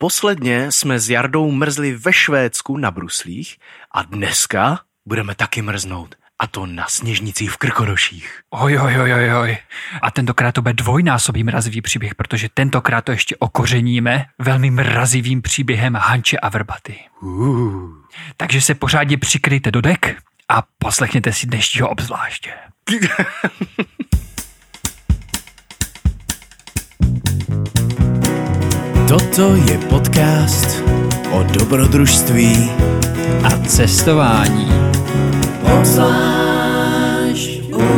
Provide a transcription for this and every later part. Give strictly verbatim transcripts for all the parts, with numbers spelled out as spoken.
Posledně jsme s Jardou mrzli ve Švédsku na bruslích a dneska budeme taky mrznout. A to na Sněžnici v Krkonoších. Oj, oj, oj, oj, oj. A tentokrát to bude dvojnásobý mrazivý příběh, protože tentokrát to ještě okořeníme velmi mrazivým příběhem Hanče a Vrbaty. Uh. Takže se pořádně přikryjte do dek a poslechněte si dnešního obzvláště. Toto je podcast o dobrodružství A cestování. Obzvlášť.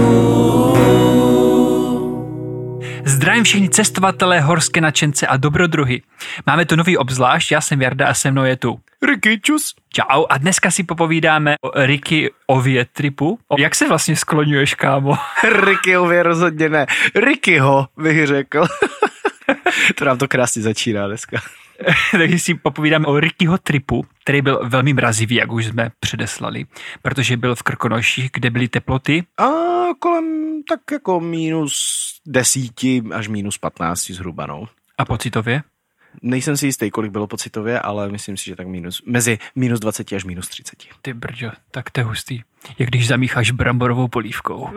Zdravím všichni cestovatelé, horské nadšence a dobrodruhy. Máme tu nový obzvlášť, já jsem Jarda a se mnou je tu Ricky, čus. Čau, a dneska si popovídáme o Ricky Ově tripu. Jak se vlastně skloňuješ, kámo? Ricky Ově rozhodně ne. Rickyho bych řekl. To nám to krásně začíná dneska. Takže si popovídáme o Rickyho tripu, který byl velmi mrazivý, jak už jsme předeslali, protože byl v Krkonoších, kde byly teploty. A kolem tak jako minus desíti až minus patnácti zhruba, no. A pocitově? Nejsem si jistý, kolik bylo pocitově, ale myslím si, že tak minus, mezi minus dvacet až minus třicet. Ty brďo, tak to je hustý. Jak když zamícháš bramborovou polívkou.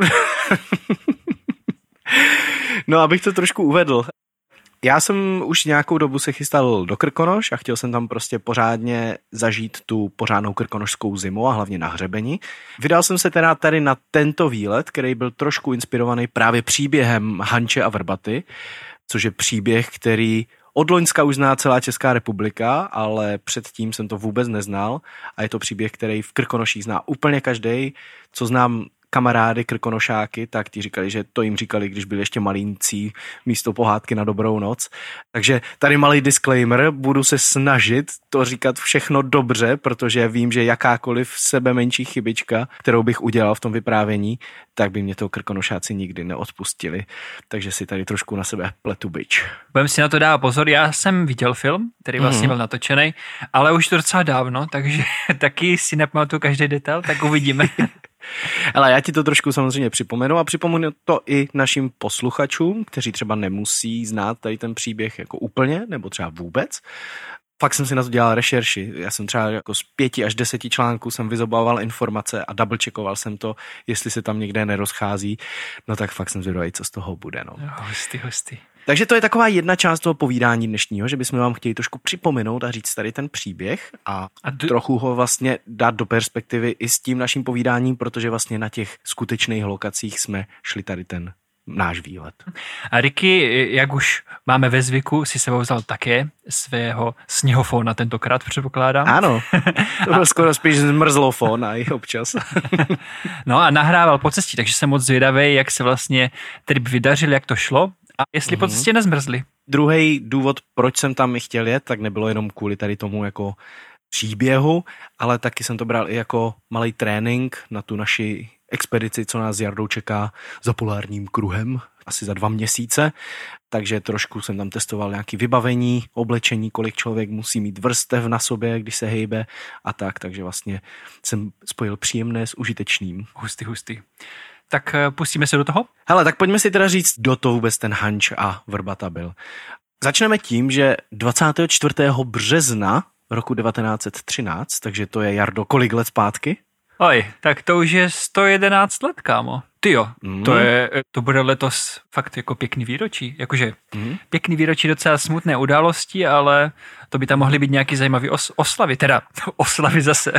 No, abych to trošku uvedl. Já jsem už nějakou dobu se chystal do Krkonoš a chtěl jsem tam prostě pořádně zažít tu pořádnou krkonošskou zimu a hlavně na hřebeni. Vydal jsem se teda tady na tento výlet, který byl trošku inspirovaný právě příběhem Hanče a Vrbaty, což je příběh, který od loňska už zná celá Česká republika, ale předtím jsem to vůbec neznal a je to příběh, který v Krkonoších zná úplně každej. Co znám kamarády krkonošáky, tak ti říkali, že to jim říkali, když byli ještě malíncí místo pohádky na dobrou noc. Takže tady malý disclaimer, budu se snažit to říkat všechno dobře, protože vím, že jakákoliv sebe menší chybička, kterou bych udělal v tom vyprávění, tak by mě to krkonošáci nikdy neodpustili. Takže si tady trošku na sebe pletu bič. Budem si na to dát pozor, já jsem viděl film, který vlastně byl natočený, ale už to docela dávno, takže taky si nepamatuju každý detail, tak uvidíme. Ale já ti to trošku samozřejmě připomenu a připomenu to i našim posluchačům, kteří třeba nemusí znát tady ten příběh jako úplně, nebo třeba vůbec. Fakt jsem si na to dělal rešerši. Já jsem třeba jako z pěti až deseti článků jsem vyzobával informace a double checkoval jsem to, jestli se tam někde nerozchází. No tak fakt jsem zvědavý, co z toho bude. No. No, hustý, hustý. Takže to je taková jedna část toho povídání dnešního, že bychom vám chtěli trošku připomenout a říct tady ten příběh a, a d- trochu ho vlastně dát do perspektivy i s tím naším povídáním, protože vlastně na těch skutečných lokacích jsme šli tady ten náš výlet. A Ricky, jak už máme ve zvyku, si sebou vzal také svého sněhofóna tentokrát, předpokládám. Ano, to byl a... skoro spíš zmrzlofón a i občas. No a nahrával po cestě, takže jsem moc zvědavý, jak se vlastně trip vydařil, jak to šlo a jestli mm-hmm. po cestě nezmrzli. Druhý důvod, proč jsem tam chtěl jet, tak nebylo jenom kvůli tady tomu jako příběhu, ale taky jsem to bral i jako malý trénink na tu naši expedici, co nás s Jardou čeká za polárním kruhem, asi za dva měsíce, takže trošku jsem tam testoval nějaké vybavení, oblečení, kolik člověk musí mít vrstev na sobě, když se hejbe a tak, takže vlastně jsem spojil příjemné s užitečným. Hustý, hustý. Tak pustíme se do toho? Hele, tak pojďme si teda říct, kdo to vůbec ten Hanč a Vrbata byl. Začneme tím, že dvacátého čtvrtého března roku devatenáct set třináct, takže to je, Jardo, kolik let zpátky? Oj, tak to už je sto jedenáct let, kámo. Tyjo, mm. to, je, to bude letos fakt jako pěkný výročí. Jakože mm. pěkný výročí docela smutné události, ale to by tam mohly být nějaký zajímavý os, oslavy. Teda oslavy zase.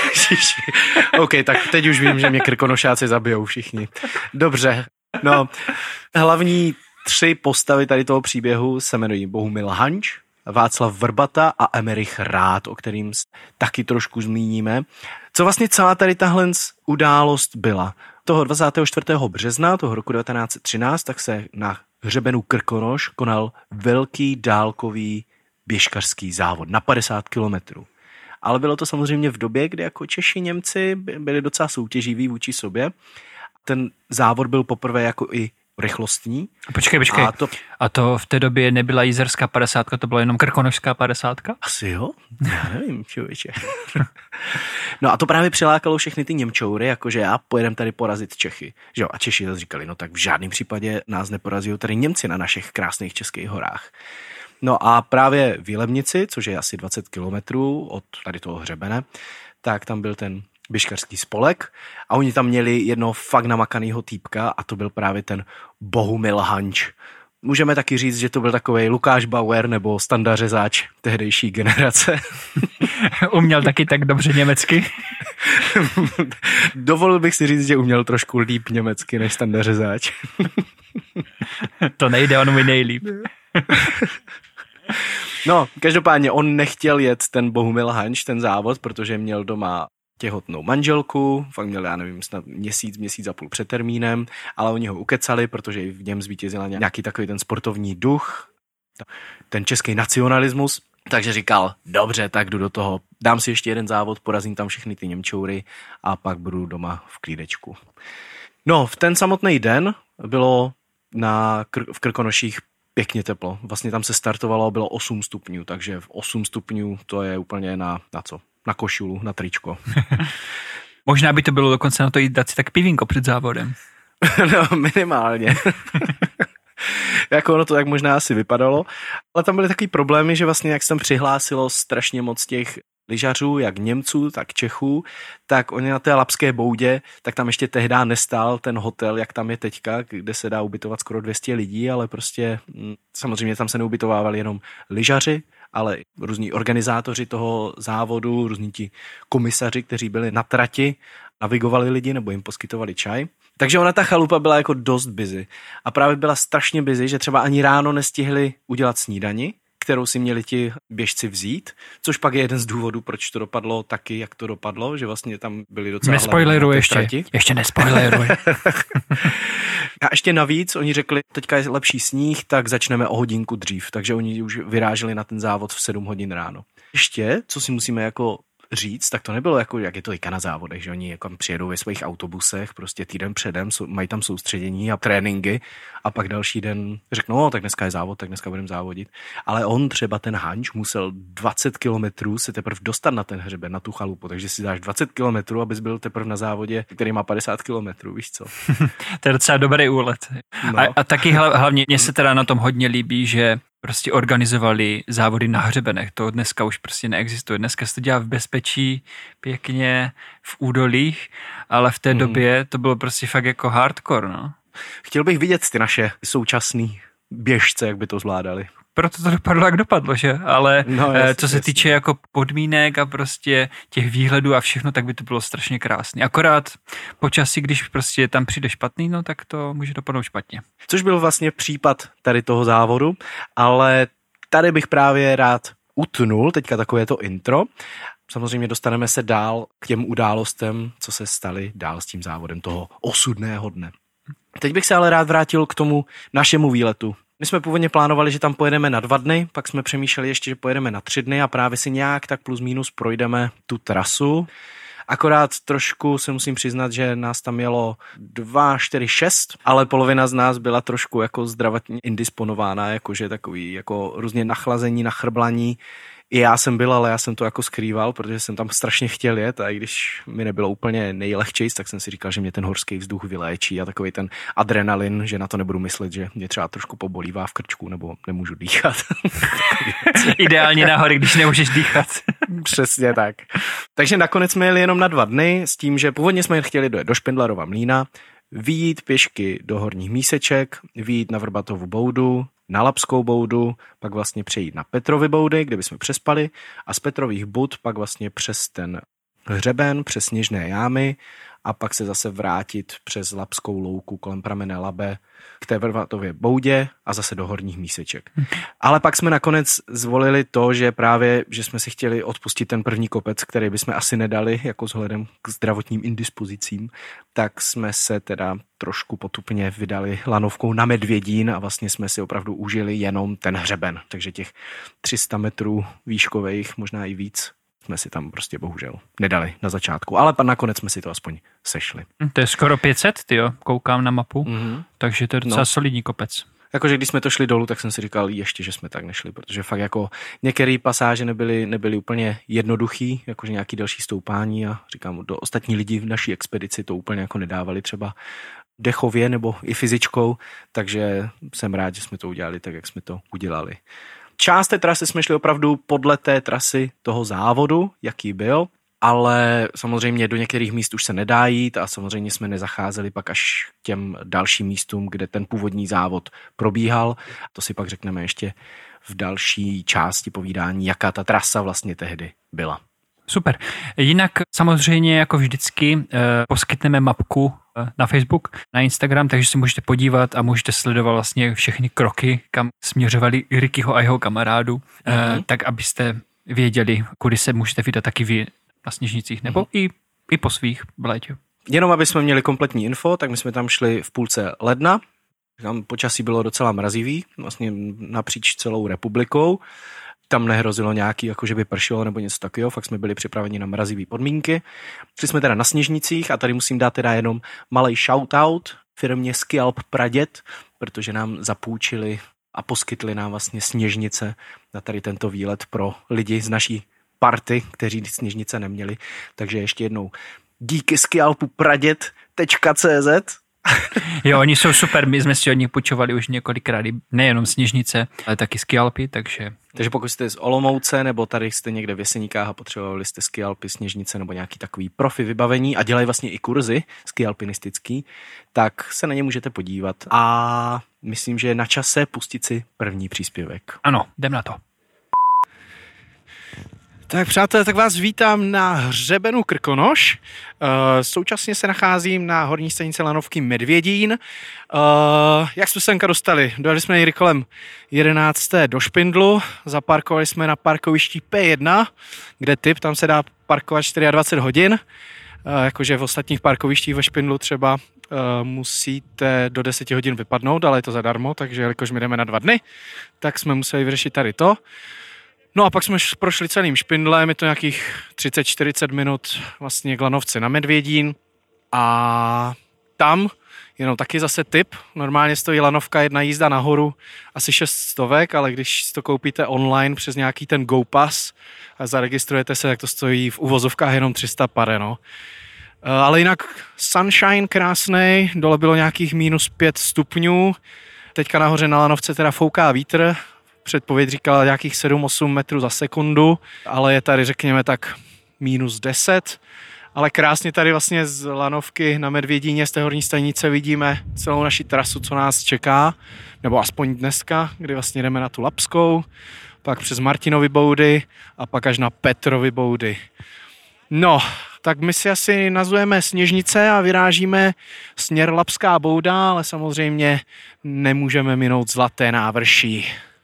OK, tak teď už vím, že mě krkonošáci zabijou všichni. Dobře, no hlavní tři postavy tady toho příběhu se jmenují Bohumil Hanč, Václav Vrbata a Emerich Rád, o kterým taky trošku zmíníme. Co vlastně celá tady tahle událost byla? Toho dvacátého čtvrtého března toho roku devatenáct set třináct tak se na hřebenu Krkonoš konal velký dálkový běžkařský závod na padesát kilometrů. Ale bylo to samozřejmě v době, kdy jako Češi, Němci byli docela soutěživí vůči sobě. Ten závod byl poprvé jako i rychlostní. Počkej, počkej. A to, a to v té době nebyla jízerská padesátka, to byla jenom krkonošská padesátka? Asi jo? Já nevím, člověče. No a to právě přilákalo všechny ty Němčoury, jakože já pojedem tady porazit Čechy. Že jo? A Češi zase říkali, no tak v žádném případě nás neporazí tady Němci na našich krásných českých horách. No a právě v Jilemnici, což je asi dvacet kilometrů od tady toho hřebene, tak tam byl ten běžkařský spolek a oni tam měli jednoho fakt namakanýho týpka a to byl právě ten Bohumil Hanč. Můžeme taky říct, že to byl takovej Lukáš Bauer nebo Standa Řezáč tehdejší generace. Uměl taky tak dobře německy? Dovolil bych si říct, že uměl trošku líp německy než Standa Řezáč. To nejde, on mi nejlíp. No, každopádně on nechtěl jet ten Bohumil Hanč, ten závod, protože měl doma těhotnou manželku, fakt měl, já nevím, snad měsíc, měsíc a půl před termínem, ale oni ho ukecali, protože i v něm zvítězil nějaký takový ten sportovní duch, ten český nacionalismus, takže říkal, dobře, tak jdu do toho, dám si ještě jeden závod, porazím tam všechny ty Němčoury a pak budu doma v klídečku. No, v ten samotný den bylo na Kr- v Krkonoších pěkně teplo. Vlastně tam se startovalo, bylo osm stupňů, takže v osm stupňů to je úplně na, na co? Na košulu, na tričko. Možná by to bylo dokonce na to jít dát si tak pivínko před závodem. No, minimálně. Jako ono to tak možná asi vypadalo. Ale tam byly takový problémy, že vlastně jak se tam přihlásilo strašně moc těch lyžařů, jak Němců, tak Čechů, tak oni na té Lapské boudě, tak tam ještě tehdy nestál ten hotel, jak tam je teďka, kde se dá ubytovat skoro dvě stě lidí, ale prostě samozřejmě tam se neubytovávali jenom lyžaři, ale různí organizátoři toho závodu, různí ti komisaři, kteří byli na trati, navigovali lidi nebo jim poskytovali čaj. Takže ona ta chalupa byla jako dost busy. A právě byla strašně busy, že třeba ani ráno nestihli udělat snídani, kterou si měli ti běžci vzít, což pak je jeden z důvodů, proč to dopadlo taky, jak to dopadlo, že vlastně tam byli docela nespoileruj ještě, trati. ještě nespoileruj. A ještě navíc, oni řekli, teďka je lepší sníh, tak začneme o hodinku dřív, takže oni už vyráželi na ten závod v sedm hodin ráno. Ještě, co si musíme jako říct, tak to nebylo jako, jak je to i na závodech, že oni jako přijedou ve svých autobusech, prostě týden předem, mají tam soustředění a tréninky a pak další den řeknou, no, tak dneska je závod, tak dneska budeme závodit. Ale on třeba ten Hanč musel dvacet kilometrů se teprve dostat na ten hřeben, na tu chalupu, takže si dáš dvacet kilometrů, abys byl teprve na závodě, který má padesát kilometrů, víš co? To je docela dobrý úlet. No. A, a taky hlavně mně se teda na tom hodně líbí, že prostě organizovali závody na hřebenech. To dneska už prostě neexistuje. Dneska se to dělá v bezpečí, pěkně v údolích, ale v té mm. době to bylo prostě fakt jako hardcore, no. Chtěl bych vidět ty naše současný běžce, jak by to zvládali. Proto to dopadlo, jak dopadlo, že? Ale no, jasný, co se jasný. týče jako podmínek a prostě těch výhledů a všechno, tak by to bylo strašně krásný. Akorát počasí, když prostě tam přijde špatný, no tak to může dopadnout špatně. Což byl vlastně případ tady toho závodu, ale tady bych právě rád utnul, teďka takové to intro. Samozřejmě dostaneme se dál k těm událostem, co se staly dál s tím závodem toho osudného dne. Teď bych se ale rád vrátil k tomu našemu výletu. My jsme původně plánovali, že tam pojedeme na dva dny, pak jsme přemýšleli ještě, že pojedeme na tři dny a právě si nějak tak plus minus projdeme tu trasu. Akorát trošku se musím přiznat, že nás tam jelo dva, čtyři, šest, ale polovina z nás byla trošku jako zdravotně indisponována, jakože takový jako různě nachlazení, nachrblaní. I já jsem byl, ale já jsem to jako skrýval, protože jsem tam strašně chtěl jet a i když mi nebylo úplně nejlehčejst, tak jsem si říkal, že mě ten horský vzduch vyléčí a takový ten adrenalin, že na to nebudu myslet, že mě třeba trošku pobolívá v krčku nebo nemůžu dýchat. Ideálně na hory, když nemůžeš dýchat. Přesně tak. Takže nakonec jsme jeli jenom na dva dny s tím, že původně jsme chtěli dojet do Špindlerova mlýna, vyjít pěšky do Horních Míseček, vyjít na Vrbatovu boudu, na Lapskou boudu, pak vlastně přejít na Petrovy boudy, kde bychom přespali a z Petrových bud pak vlastně přes ten hřeben, přes Sněžné jámy a pak se zase vrátit přes Lapskou louku kolem Pramenné Labe k té Vrbatově boudě a zase do Horních Míseček. Ale pak jsme nakonec zvolili to, že právě, že jsme si chtěli odpustit ten první kopec, který bychom asi nedali, jako vzhledem k zdravotním indispozicím, tak jsme se teda trošku potupně vydali lanovkou na Medvědín a vlastně jsme si opravdu užili jenom ten hřeben. Takže těch tři sta metrů výškových, možná i víc, jsme si tam prostě bohužel nedali na začátku, ale nakonec jsme si to aspoň sešli. To je skoro pět set, tyjo, koukám na mapu, mm-hmm. takže to je docela no. solidní kopec. Jakože když jsme to šli dolů, tak jsem si říkal ještě, že jsme tak nešli, protože fakt jako některé pasáže nebyly, nebyly úplně jednoduchý, jakože nějaký další stoupání a říkám, do ostatní lidi v naší expedici to úplně jako nedávali třeba dechově nebo i fyzičkou, takže jsem rád, že jsme to udělali tak, jak jsme to udělali. část té trasy jsme šli opravdu podle té trasy toho závodu, jaký byl, ale samozřejmě do některých míst už se nedá jít a samozřejmě jsme nezacházeli pak až k těm dalším místům, kde ten původní závod probíhal. To si pak řekneme ještě v další části povídání, jaká ta trasa vlastně tehdy byla. Super. Jinak samozřejmě jako vždycky eh, poskytneme mapku eh, na Facebook, na Instagram, takže si můžete podívat a můžete sledovat vlastně všechny kroky, kam směřovali Rickyho a jeho kamarádu, eh, mm-hmm. tak abyste věděli, kudy se můžete vydat taky vy na Sněžnicích, nebo mm-hmm. i, i po svých v létě. Jenom aby jsme měli kompletní info, tak my jsme tam šli v půlce ledna. Tam počasí bylo docela mrazivý, vlastně napříč celou republikou. Tam nehrozilo nějaký, jako že by pršelo nebo něco takového, fakt jsme byli připraveni na mrazivý podmínky. Šli jsme teda na Sněžnicích a tady musím dát teda jenom malej shoutout firmě Skialp Praděd, protože nám zapůjčili a poskytli nám vlastně sněžnice na tady tento výlet pro lidi z naší party, kteří sněžnice neměli. Takže ještě jednou díky skialpu praděd tečka cé zet. Jo, oni jsou super, my jsme si od nich půjčovali už několikrát, nejenom sněžnice, ale taky skialpy, takže... Takže pokud jste z Olomouce, nebo tady jste někde v Jeseníkách a potřebovali jste skialpy, sněžnice nebo nějaký takový profi vybavení a dělají vlastně i kurzy skialpinistický, tak se na ně můžete podívat a myslím, že je na čase pustit si první příspěvek. Ano, jdem na to. Tak přátelé, tak vás vítám na hřebenu Krkonoš. Současně se nacházím na horní stanici lanovky Medvědín. Jak jsme semka dostali? Dojeli jsme někdy kolem jedenácté do Špindlu, zaparkovali jsme na parkovišti P jedna, kde tip, tam se dá parkovat dvacet čtyři hodin. Jakože v ostatních parkovištích ve Špindlu třeba musíte do deseti hodin vypadnout, ale je to zadarmo, takže jelikož my jdeme na dva dny, tak jsme museli vyřešit tady to. No a pak jsme prošli celým Špindlem, je to nějakých třicet čtyřicet minut vlastně k lanovce na Medvědín a tam, jenom taky zase tip, normálně stojí lanovka jedna jízda nahoru asi šest stovek, ale když si to koupíte online přes nějaký ten GoPass a zaregistrujete se, tak to stojí v uvozovkách jenom tři sta pade, no. Ale jinak sunshine krásnej, dole bylo nějakých minus pět stupňů, teďka nahoře na lanovce teda fouká vítr, předpověď říkala nějakých sedm osm metrů za sekundu, ale je tady řekněme tak minus deset, ale krásně tady vlastně z lanovky na Medvědíně z té horní stanice vidíme celou naši trasu, co nás čeká, nebo aspoň dneska, kdy vlastně jdeme na tu Lapskou, pak přes Martinovy boudy a pak až na Petrovy boudy. No, tak my si asi nazveme Sněžnice a vyrážíme směr Lapská bouda, ale samozřejmě nemůžeme minout Zlaté návrší.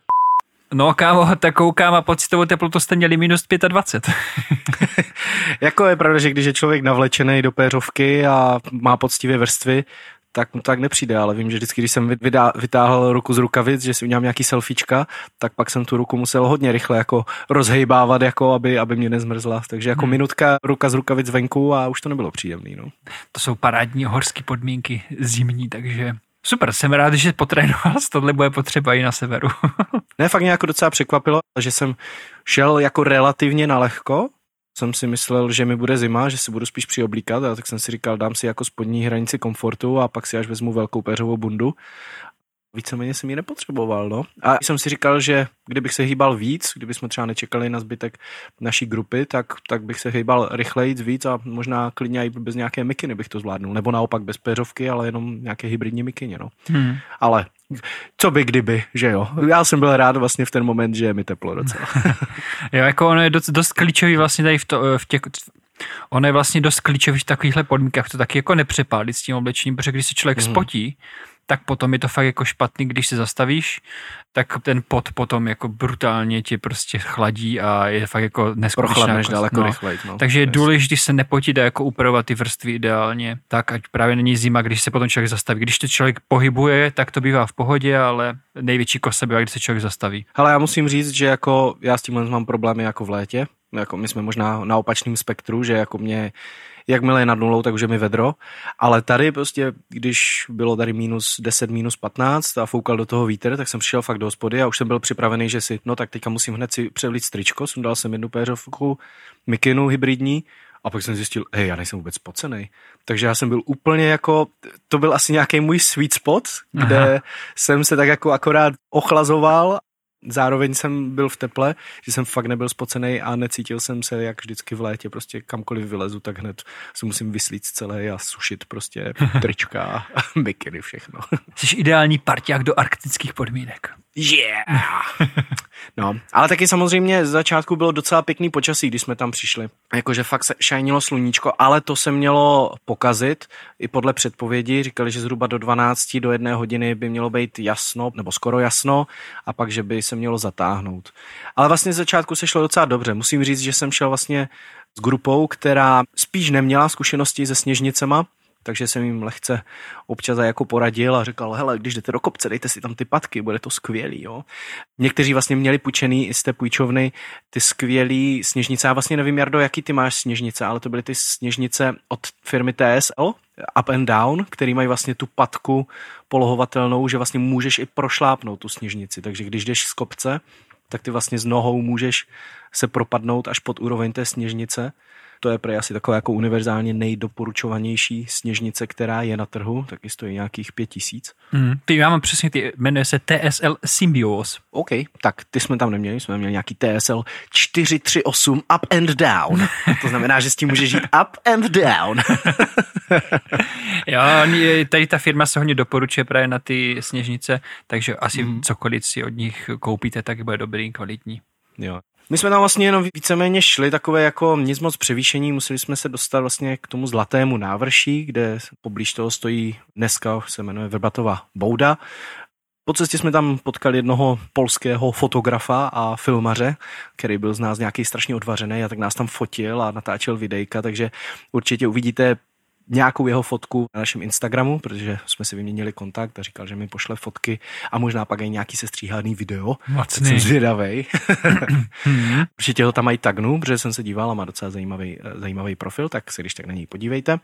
No kámo, tak koukám a pocitovou teplotu jste měli minus dvacet pět. Jako je pravda, že když je člověk navlečený do péřovky a má poctivě vrstvy, tak mu tak nepřijde, ale vím, že vždycky, když jsem vydá, vytáhl ruku z rukavic, že si udělám nějaký selfiečka, tak pak jsem tu ruku musel hodně rychle jako rozhejbávat, jako aby, aby mě nezmrzla. Takže jako hmm. minutka ruka z rukavic venku a už to nebylo příjemný. No. To jsou parádní horské podmínky zimní, takže... Super, jsem rád, že potrénoval, tohle bude potřeba i na severu. Ne, fakt mě jako docela překvapilo, že jsem šel jako relativně nalehko. Jsem si myslel, že mi bude zima, že si budu spíš přioblíkat, a tak jsem si říkal, dám si jako spodní hranici komfortu a pak si až vezmu velkou péřovou bundu. Víceméně jsem ji nepotřeboval, no. A jsem si říkal, že kdybych se hýbal víc, kdybychom třeba nečekali na zbytek naší grupy, tak, tak bych se hýbal rychleji víc a možná klidně i bez nějaké mikiny bych to zvládnul. Nebo naopak bez péřovky, ale jenom nějaké hybridní mikině, no. Hmm. Ale co by kdyby, že jo. Já jsem byl rád vlastně v ten moment, že je mi teplo docela. Jo, jako ono je dost, dost klíčový vlastně tady v, to, v těch... Ono je vlastně dost klíčový v takovýchhle podmínkách to taky jako nepřepálit s tím oblečením, protože když se člověk hmm. spotí, tak potom je to fakt jako špatný, když se zastavíš, tak ten pot potom jako brutálně tě prostě chladí a je fakt jako neskutečná. Prochladneš jako, daleko no. rychleji. No. Takže je důležité se nepotit a jako upravovat ty vrstvy ideálně, tak ať právě není zima, když se potom člověk zastaví. Když to člověk pohybuje, tak to bývá v pohodě, ale největší kosa bývá, když se člověk zastaví. Ale já musím říct, že jako já s tímhle mám problémy jako v létě. Jako my jsme možná na opačném spektru, že jako mě jakmile je nad nulou, tak už je mi vedro, ale tady prostě, když bylo tady minus deset, minus patnáct a foukal do toho vítr, tak jsem přišel fakt do hospody a už jsem byl připravený, že si, no tak teďka musím hned si převlít stričko, sundal jsem jednu péřovku, mikinu hybridní a pak jsem zjistil, hej, já nejsem vůbec spocenej. Takže já jsem byl úplně jako, to byl asi nějaký můj sweet spot, kde Aha. jsem se tak jako akorát ochlazoval. zároveň jsem byl v teple, že jsem fakt nebyl spocený a necítil jsem se jak vždycky v létě, prostě kamkoliv vylezu, tak hned se musím vyslít celé a sušit prostě trička a bikiny, všechno. Jsi ideální parťák do arktických podmínek. Yeah! No, ale taky samozřejmě z začátku bylo docela pěkný počasí, když jsme tam přišli. Jakože fakt se šajnilo sluníčko, ale to se mělo pokazit. I podle předpovědi říkali, že zhruba do dvanácti, do jedné hodiny by mělo být jasno, nebo skoro jasno, a pak, že by se mělo zatáhnout. Ale vlastně z začátku se šlo docela dobře. Musím říct, že jsem šel vlastně s grupou, která spíš neměla zkušenosti se sněžnicema, takže jsem jim lehce občas jako poradil a říkal, hele, když jdete do kopce, dejte si tam ty patky, bude to skvělý, jo. Někteří vlastně měli půjčený i z té půjčovny ty skvělý sněžnice. Já vlastně nevím, Jardo, jaký ty máš sněžnice, ale to byly ty sněžnice od firmy T S L, Up and Down, který mají vlastně tu patku polohovatelnou, že vlastně můžeš i prošlápnout tu sněžnici. Takže když jdeš z kopce, tak ty vlastně s nohou můžeš se propadnout až pod úroveň té sněžnice. To je prej asi taková jako univerzálně nejdoporučovanější sněžnice, která je na trhu, taky stojí nějakých pět tisíc. Mm, ty já mám přesně, ty, jmenuje se T S L Symbios. OK, tak ty jsme tam neměli, jsme měli nějaký T S L čtyři tři osm Up and Down. To znamená, že s tím můžeš žít up and down. Jo, tady ta firma se hodně doporučuje právě na ty sněžnice, takže asi mm. cokoliv si od nich koupíte, tak bude dobrý, kvalitní. Jo. My jsme tam vlastně jenom víceméně šli takové jako nic moc převýšení, museli jsme se dostat vlastně k tomu zlatému návrší, kde poblíž toho stojí dneska, se jmenuje Vrbatova bouda. Po cestě jsme tam potkali jednoho polského fotografa a filmaře, který byl z nás nějaký strašně odvařený a tak nás tam fotil a natáčel videjka, takže určitě uvidíte nějakou jeho fotku na našem Instagramu, protože jsme si vyměnili kontakt a říkal, že mi pošle fotky a možná pak i nějaký sestříhaný video. Macný. Jsem zvědavej. Určitě ho tam mají tagnu, protože jsem se díval a má docela zajímavý, zajímavý profil, tak se když tak na něj podívejte.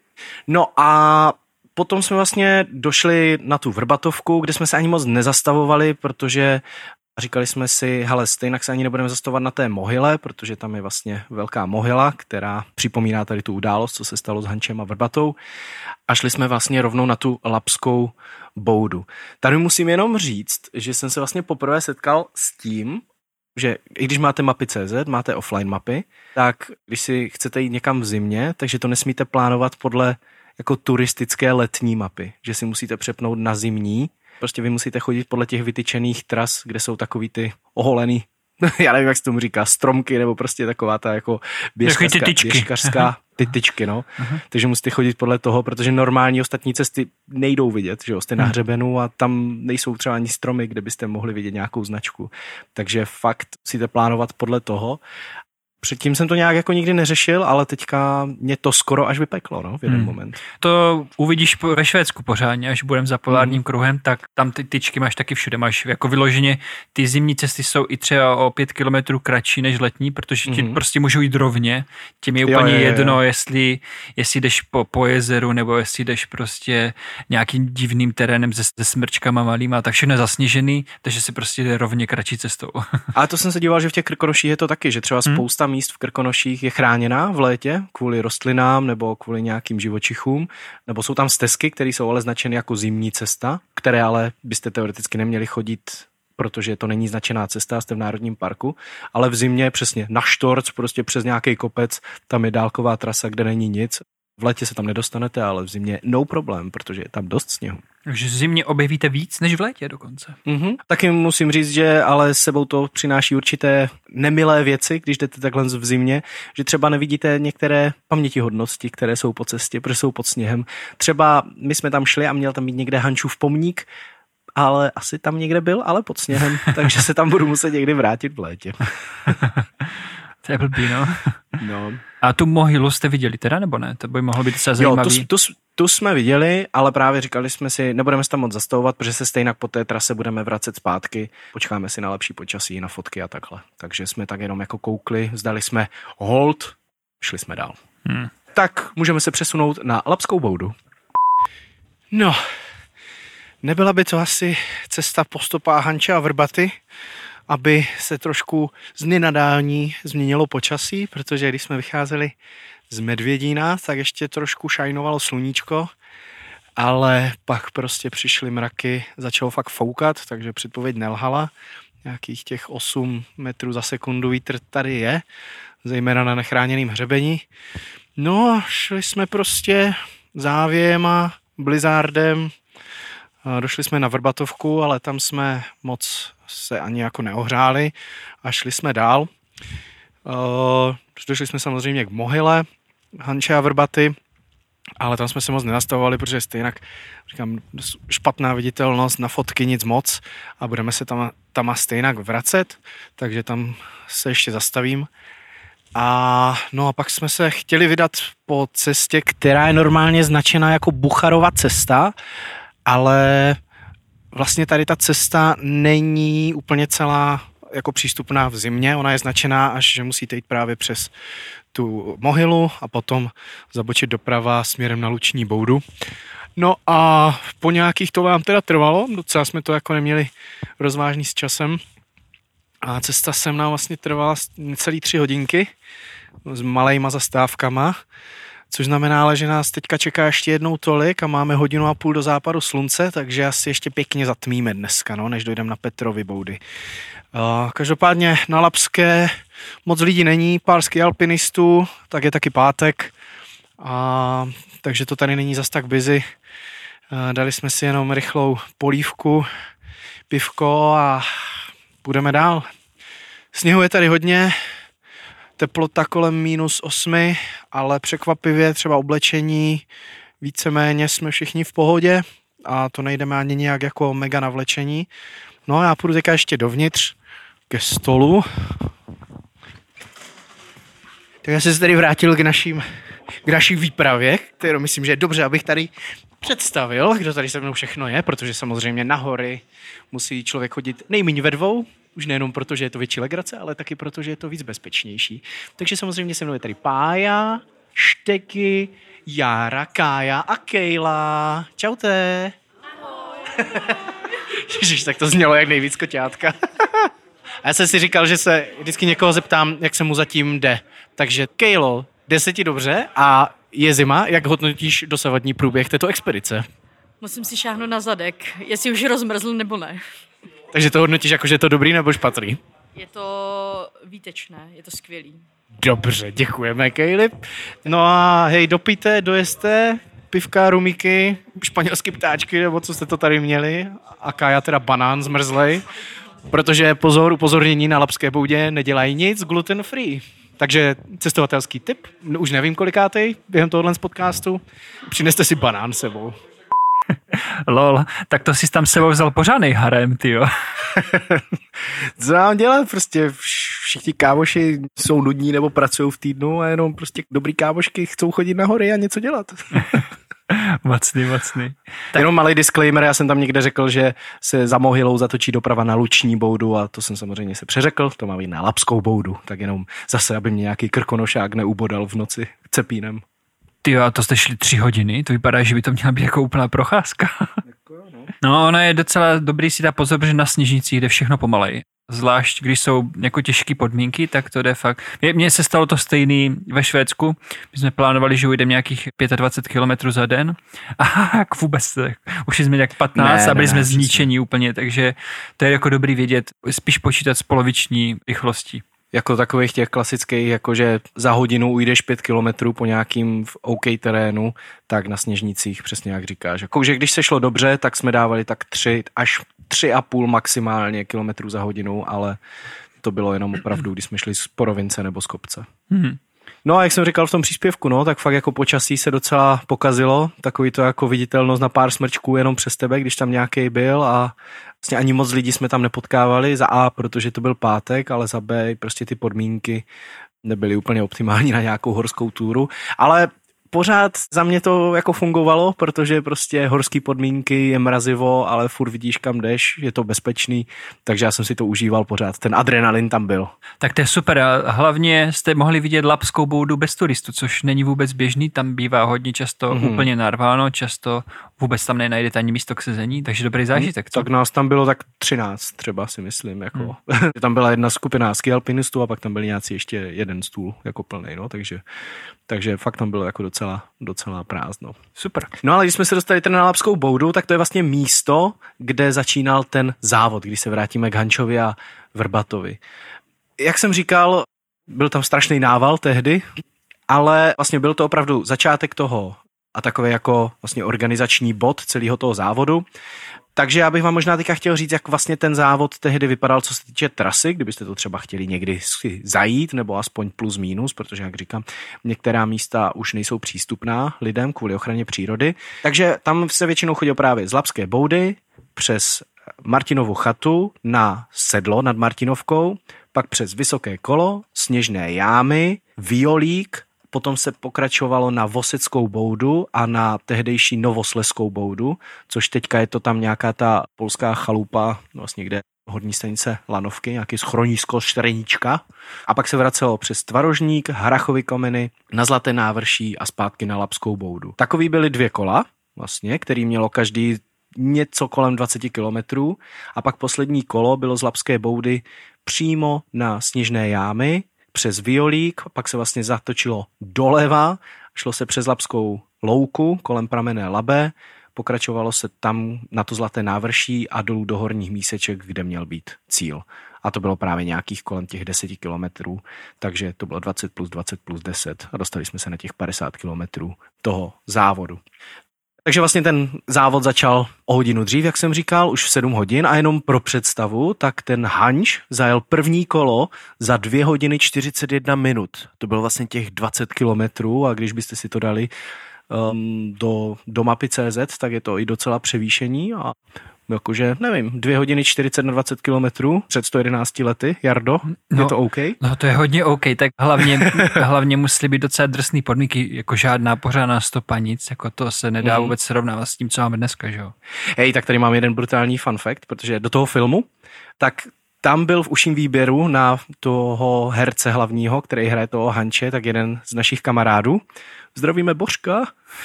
No a potom jsme vlastně došli na tu Vrbatovku, kde jsme se ani moc nezastavovali, protože říkali jsme si, hele, stejnak se ani nebudeme zastavovat na té mohyle, protože tam je vlastně velká mohyla, která připomíná tady tu událost, co se stalo s Hančem a Vrbatou. A šli jsme vlastně rovnou na tu Lapskou boudu. Tady musím jenom říct, že jsem se vlastně poprvé setkal s tím, že i když máte mapy tečka cé zet, máte offline mapy, tak když si chcete jít někam v zimě, takže to nesmíte plánovat podle jako turistické letní mapy, že si musíte přepnout na zimní. Prostě vy musíte chodit podle těch vytyčených tras, kde jsou takový ty oholený, já nevím, jak se tomu říká, stromky, nebo prostě taková ta jako běžkařská, běžkařská ty tyčky, no. Uh-huh. Takže musíte chodit podle toho, protože normální ostatní cesty nejdou vidět, že jo, jste na hřebenu a tam nejsou třeba ani stromy, kde byste mohli vidět nějakou značku. Takže fakt musíte plánovat podle toho. Předtím jsem to nějak jako nikdy neřešil, ale teďka mě to skoro až vypeklo, no, v jeden hmm. moment. To uvidíš ve Švédsku pořádně, až budeme za polárním hmm. kruhem, tak tam ty tyčky máš taky všude, máš jako vyloženě, ty zimní cesty jsou i třeba o pět kilometrů kratší než letní, protože ti hmm. prostě můžou jít rovně, tím je úplně jo, je, jedno, je, je. jestli, jestli jdeš po, po jezeru, nebo jestli jdeš prostě nějakým divným terénem se, se smrčkama malýma, tak všechno je zasněžený, takže si prostě jde rovně kratší cestou. Ale to jsem se díval, že v těch Krkonoších je to taky, že třeba hmm. spousta míst v Krkonoších je chráněná v létě kvůli rostlinám nebo kvůli nějakým živočichům, nebo jsou tam stezky, které jsou ale značeny jako zimní cesta, které ale byste teoreticky neměli chodit, protože to není značená cesta, jste v národním parku, ale v zimě přesně na štorc, prostě přes nějaký kopec, tam je dálková trasa, kde není nic. V létě se tam nedostanete, ale v zimě no problém, protože je tam dost sněhu. Takže v zimě objevíte víc než v létě dokonce. Mm-hmm. Taky musím říct, že ale s sebou to přináší určité nemilé věci, když jdete takhle v zimě, že třeba nevidíte některé pamětihodnosti, které jsou po cestě, protože jsou pod sněhem. Třeba my jsme tam šli a měl tam být někde Hančův pomník, ale asi tam někde byl, ale pod sněhem, takže se tam budu muset někdy vrátit v létě. To je blbý, no. no. A tu mohylu jste viděli teda, nebo ne? To by mohlo být třeba zajímavý. Jo, tu, tu, tu jsme viděli, ale právě říkali jsme si, nebudeme se tam moc zastavovat, protože se stejně po té trase budeme vracet zpátky, počkáme si na lepší počasí, na fotky a takhle. Takže jsme tak jenom jako koukli, zdali jsme hold, šli jsme dál. Hmm. Tak můžeme se přesunout na Lapskou boudu. No, nebyla by to asi cesta po stopách Hanče a Vrbaty, aby se trošku z nenadání změnilo počasí, protože když jsme vycházeli z Medvědína, tak ještě trošku šajnovalo sluníčko, ale pak prostě přišly mraky, začalo fakt foukat, takže předpověď nelhala. nějakých těch osm metrů za sekundu vítr tady je, zejména na nechráněným hřebení. No a šli jsme prostě závějem a blizzardem. Došli jsme na Vrbatovku, ale tam jsme moc se ani jako neohřáli a šli jsme dál. Došli jsme samozřejmě k Mohyle, Hanče a Vrbaty, ale tam jsme se moc nenastavovali, protože stejně, říkám, špatná viditelnost, na fotky nic moc a budeme se tam, tam stejně vracet, takže tam se ještě zastavím. A no a pak jsme se chtěli vydat po cestě, která je normálně značena jako Bucharova cesta, ale vlastně tady ta cesta není úplně celá jako přístupná v zimě, ona je značená až, že musíte jít právě přes tu Mohylu a potom zabočit doprava směrem na Luční boudu. No a po nějakých to vám teda trvalo, docela jsme to jako neměli rozvážný s časem a cesta sem nám vlastně trvala celý tři hodinky s malejma zastávkama, což znamená, ale, že nás teďka čeká ještě jednou tolik a máme hodinu a půl do západu slunce, takže asi ještě pěkně zatmíme dneska, no, než dojdeme na Petrovy boudy. Uh, každopádně na Labské moc lidí není, pár ski alpinistů, tak je taky pátek, a, takže to tady není zas tak busy. Uh, dali jsme si jenom rychlou polívku, pivko a půjdeme dál. Sněhu je tady hodně, teplota kolem minus osmi, ale překvapivě třeba oblečení, víceméně jsme všichni v pohodě a to nejdeme ani nějak jako mega navlečení. No a já půjdu teďka ještě dovnitř ke stolu. Tak já jsem se tady vrátil k, našim, k naší výpravě, kterou myslím, že je dobře, abych tady představil, kdo tady se mnou všechno je, protože samozřejmě na hory musí člověk chodit nejméně ve dvou, už nejenom proto, že je to větší legrace, ale taky proto, že je to víc bezpečnější. Takže samozřejmě se mnou je tady Pája, Šteky, Jára, Kája a Kejla. Čaute. Ahoj. Ježiš, tak to znělo jak nejvíc koťátka. A já jsem si říkal, že se vždycky někoho zeptám, jak se mu zatím jde. Takže Kejlo, jde se ti dobře a je zima, jak hodnotíš dosavadní průběh této expedice? Musím si šáhnout na zadek, jestli už rozmrzl nebo ne. Takže to hodnotíš jako, že je to dobrý nebo špatný? Je to výtečné, je to skvělý. Dobře, děkujeme, Kejli. No a hej, dopijte, dojeste, pivka, rumíky, španělský ptáčky, nebo co jste to tady měli. A Kája teda banán zmrzlej, protože pozor, upozornění na Labské boudě nedělají nic gluten free. Takže cestovatelský tip, už nevím kolikátej během tohohle z podcastu, přineste si banán sebou. Lol, tak to jsi tam s sebou vzal pořádnej harem, tyjo. Co mám dělat? Prostě všichni kámoši jsou nudní nebo pracují v týdnu a jenom prostě dobrý kámošky chcou chodit na hory a něco dělat. Mocný, mocný. Tak jenom malý disclaimer, já jsem tam někde řekl, že se za Mohylou zatočí doprava na Luční boudu a to jsem samozřejmě se přeřekl, to má být na Labskou boudu, tak jenom zase, aby mě nějaký krkonošák neubodal v noci cepínem. Tyjo, a to jste šli tři hodiny, to vypadá, že by to měla být jako úplná procházka. No, ono je docela dobrý si dát pozor, že na sněžnicích jde všechno pomalej. Zvlášť, když jsou jako těžké podmínky, tak to jde fakt. Mně se stalo to stejný ve Švédsku. My jsme plánovali, že ujdeme nějakých dvacet pět kilometrů za den. A jak vůbec, už jsme jak patnáct ne, a byli ne, jsme ne, zničení úplně, takže to je jako dobrý vědět, spíš počítat s poloviční rychlostí. Jako takových těch klasických, jakože za hodinu ujdeš pět kilometrů po nějakým OK terénu, tak na sněžnicích přesně jak říkáš. Jakože když se šlo dobře, tak jsme dávali tak tři až tři a půl maximálně kilometrů za hodinu, ale to bylo jenom opravdu, když jsme šli z porovince nebo z kopce. Hmm. No a jak jsem říkal v tom příspěvku, no, tak fakt jako počasí se docela pokazilo, takový to jako viditelnost na pár smrčků jenom přes tebe, když tam nějaký byl a vlastně ani moc lidí jsme tam nepotkávali, za A, protože to byl pátek, ale za B, prostě ty podmínky nebyly úplně optimální na nějakou horskou túru, ale pořád za mě to jako fungovalo, protože prostě horský podmínky, je mrazivo, ale furt vidíš kam jdeš, je to bezpečný, takže já jsem si to užíval pořád, ten adrenalin tam byl. Tak to je super a hlavně jste mohli vidět Labskou boudu bez turistů, což není vůbec běžný, tam bývá hodně často mm-hmm. úplně narváno, často vůbec tam nenajdete ani místo k sezení, takže dobrý zážitek. Co? Tak nás tam bylo tak třináct třeba si myslím, jako. Hmm. Tam byla jedna skupina ski alpinistů a pak tam byli nějací ještě jeden stůl jako plnej, no, takže, takže fakt tam bylo jako docela docela, docela prázdno. Super. No ale když jsme se dostali na Lapskou boudu, tak to je vlastně místo, kde začínal ten závod, když se vrátíme k Hančovi a Vrbatovi. Jak jsem říkal, byl tam strašný nával tehdy, ale vlastně byl to opravdu začátek toho a takový jako vlastně organizační bod celého toho závodu. Takže já bych vám možná teďka chtěl říct, jak vlastně ten závod tehdy vypadal, co se týče trasy, kdybyste to třeba chtěli někdy si zajít, nebo aspoň plus minus, protože, jak říkám, některá místa už nejsou přístupná lidem kvůli ochraně přírody. Takže tam se většinou chodil právě z Lapské boudy přes Martinovu chatu na sedlo nad Martinovkou, pak přes Vysoké kolo, Sněžné jámy, Violík, potom se pokračovalo na Voseckou boudu a na tehdejší Novoslezskou boudu, což teďka je to tam nějaká ta polská chalupa, vlastně kde horní stanice Lanovky, nějaký schronísko Štreníčka. A pak se vracelo přes Tvarožník, Harachovy Komeny, na Zlaté návrší a zpátky na Lapskou boudu. Takový byly dvě kola, vlastně, který mělo každý něco kolem dvacet kilometrů a pak poslední kolo bylo z Lapské boudy přímo na Sněžné jámy, přes Violík, pak se vlastně zatočilo doleva, šlo se přes Lapskou louku kolem pramenné Labe, pokračovalo se tam na to Zlaté návrší a dolů do Horních Míseček, kde měl být cíl. A to bylo právě nějakých kolem těch deseti kilometrů, takže to bylo dvacet plus dvacet plus deset a dostali jsme se na těch padesát kilometrů toho závodu. Takže vlastně ten závod začal o hodinu dřív, jak jsem říkal, už v sedm hodin a jenom pro představu, tak ten Hanč zajel první kolo za dvě hodiny čtyřicet jedna minut. To bylo vlastně těch dvacet kilometrů a když byste si to dali um, do, do mapy tečka cé zet, tak je to i docela převýšení a jakože, nevím, dvě hodiny čtyřicet na dvacet kilometrů před sto jedenácti lety, Jardo, no, je to OK? No to je hodně OK, tak hlavně, hlavně musí být docela drsný podmínky, jako žádná pořádná stopa, nic, jako to se nedá mm. vůbec srovnávat s tím, co máme dneska, že jo? Hej, tak tady mám jeden brutální fun fact, protože do toho filmu, tak tam byl v užším výběru na toho herce hlavního, který hraje toho Hanče, tak jeden z našich kamarádů. Zdravíme Božka.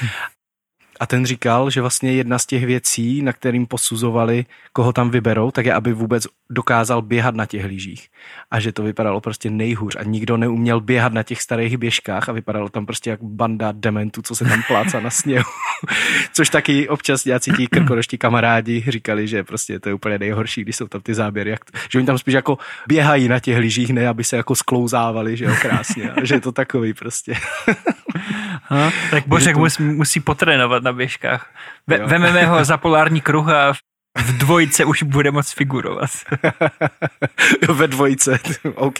A ten říkal, že vlastně jedna z těch věcí, na kterým posuzovali, koho tam vyberou, tak je, aby vůbec dokázal běhat na těch lyžích. A že to vypadalo prostě nejhůř. A nikdo neuměl běhat na těch starých běžkách a vypadalo tam prostě jak banda dementů, co se tam plácá na sněhu. Což taky občas nějací ti krkonoští kamarádi říkali, že prostě to je úplně nejhorší, když jsou tam ty záběry. Jak to, že oni tam spíš jako běhají na těch lyžích, ne aby se jako sklouzávali, že jo, krásně. A že je to takový prostě. Ha, tak Božek to... musí, musí potrénovat na běžkách. Ve, vememe ho za polární kruh a v dvojice už bude moc figurovat. Ve dvojice, OK.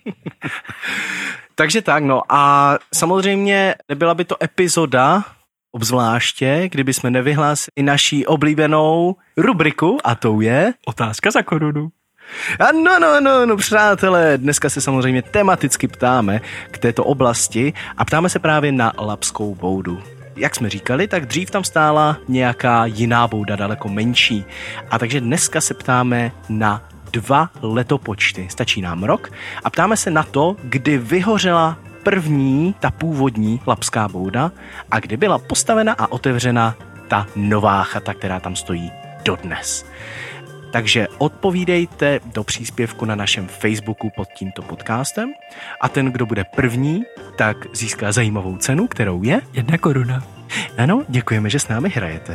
Takže tak, no a samozřejmě nebyla by to epizoda, obzvláště, kdyby jsme nevyhlásili naší oblíbenou rubriku a tou je... Otázka za korunu. Ano, no, no, no, přátelé, dneska se samozřejmě tematicky ptáme k této oblasti a ptáme se právě na Lapskou boudu. Jak jsme říkali, tak dřív tam stála nějaká jiná bouda, daleko menší. A takže dneska se ptáme na dva letopočty. Stačí nám rok a ptáme se na to, kdy vyhořela první, ta původní Lapská bouda a kdy byla postavena a otevřena ta nová chata, která tam stojí dodnes. Takže odpovídejte do příspěvku na našem Facebooku pod tímto podcastem a ten, kdo bude první, tak získá zajímavou cenu, kterou je... Jedna koruna. Ano, děkujeme, že s námi hrajete.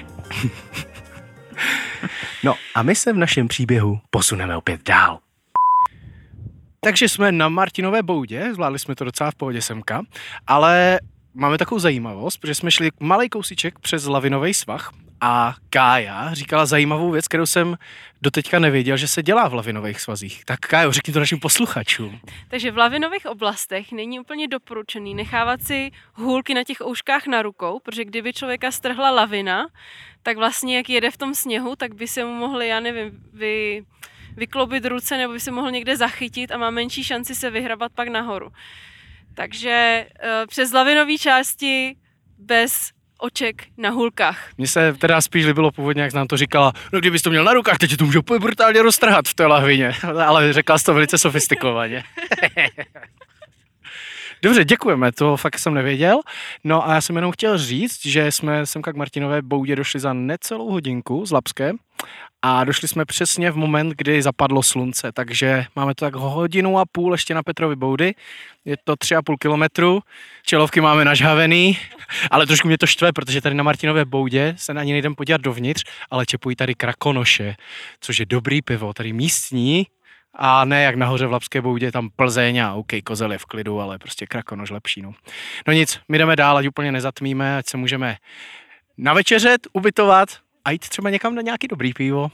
No a my se v našem příběhu posuneme opět dál. Takže jsme na Martinové boudě, zvládli jsme to docela v pohodě semka, ale máme takovou zajímavost, protože jsme šli malej kousíček přes lavinový svah a Kája říkala zajímavou věc, kterou jsem doteďka nevěděl, že se dělá v lavinových svazích. Tak Kájo, řekni to našim posluchačům. Takže v lavinových oblastech není úplně doporučený nechávat si hůlky na těch ouškách na rukou, protože kdyby člověka strhla lavina, tak vlastně jak jede v tom sněhu, tak by se mu mohli, já nevím, vy, vyklobit ruce nebo by se mohl někde zachytit a má menší šanci se vyhrabat pak nahoru. Takže uh, přes lavinové části bez oček na hůlkách. Mně se teda spíš líbilo původně, jak nám to říkala, no kdybys to měl na rukách, teď to můžu brutálně roztrhat v té lahvině, ale řekla jsi to velice sofistikovaně. Dobře, děkujeme, to fakt jsem nevěděl. No a já jsem jenom chtěl říct, že jsme semka k Martinové boudě došli za necelou hodinku z Labské a došli jsme přesně v moment, kdy zapadlo slunce, takže máme to tak hodinu a půl ještě na Petrovy boudy, je to tři a půl kilometru, čelovky máme nažhavený, ale trošku mě to štve, protože tady na Martinové boudě se na ní nejdem podívat dovnitř, ale čepují tady Krakonoše, což je dobrý pivo, tady místní, a ne jak nahoře v Labské boudě, tam Plzeň a OK, Kozel je v klidu, ale prostě Krakonoš lepší, no. No nic, my jdeme dál, ať úplně nezatmíme, ať se můžeme navečeřet, ubytovat a jít třeba někam na nějaký dobrý pivo.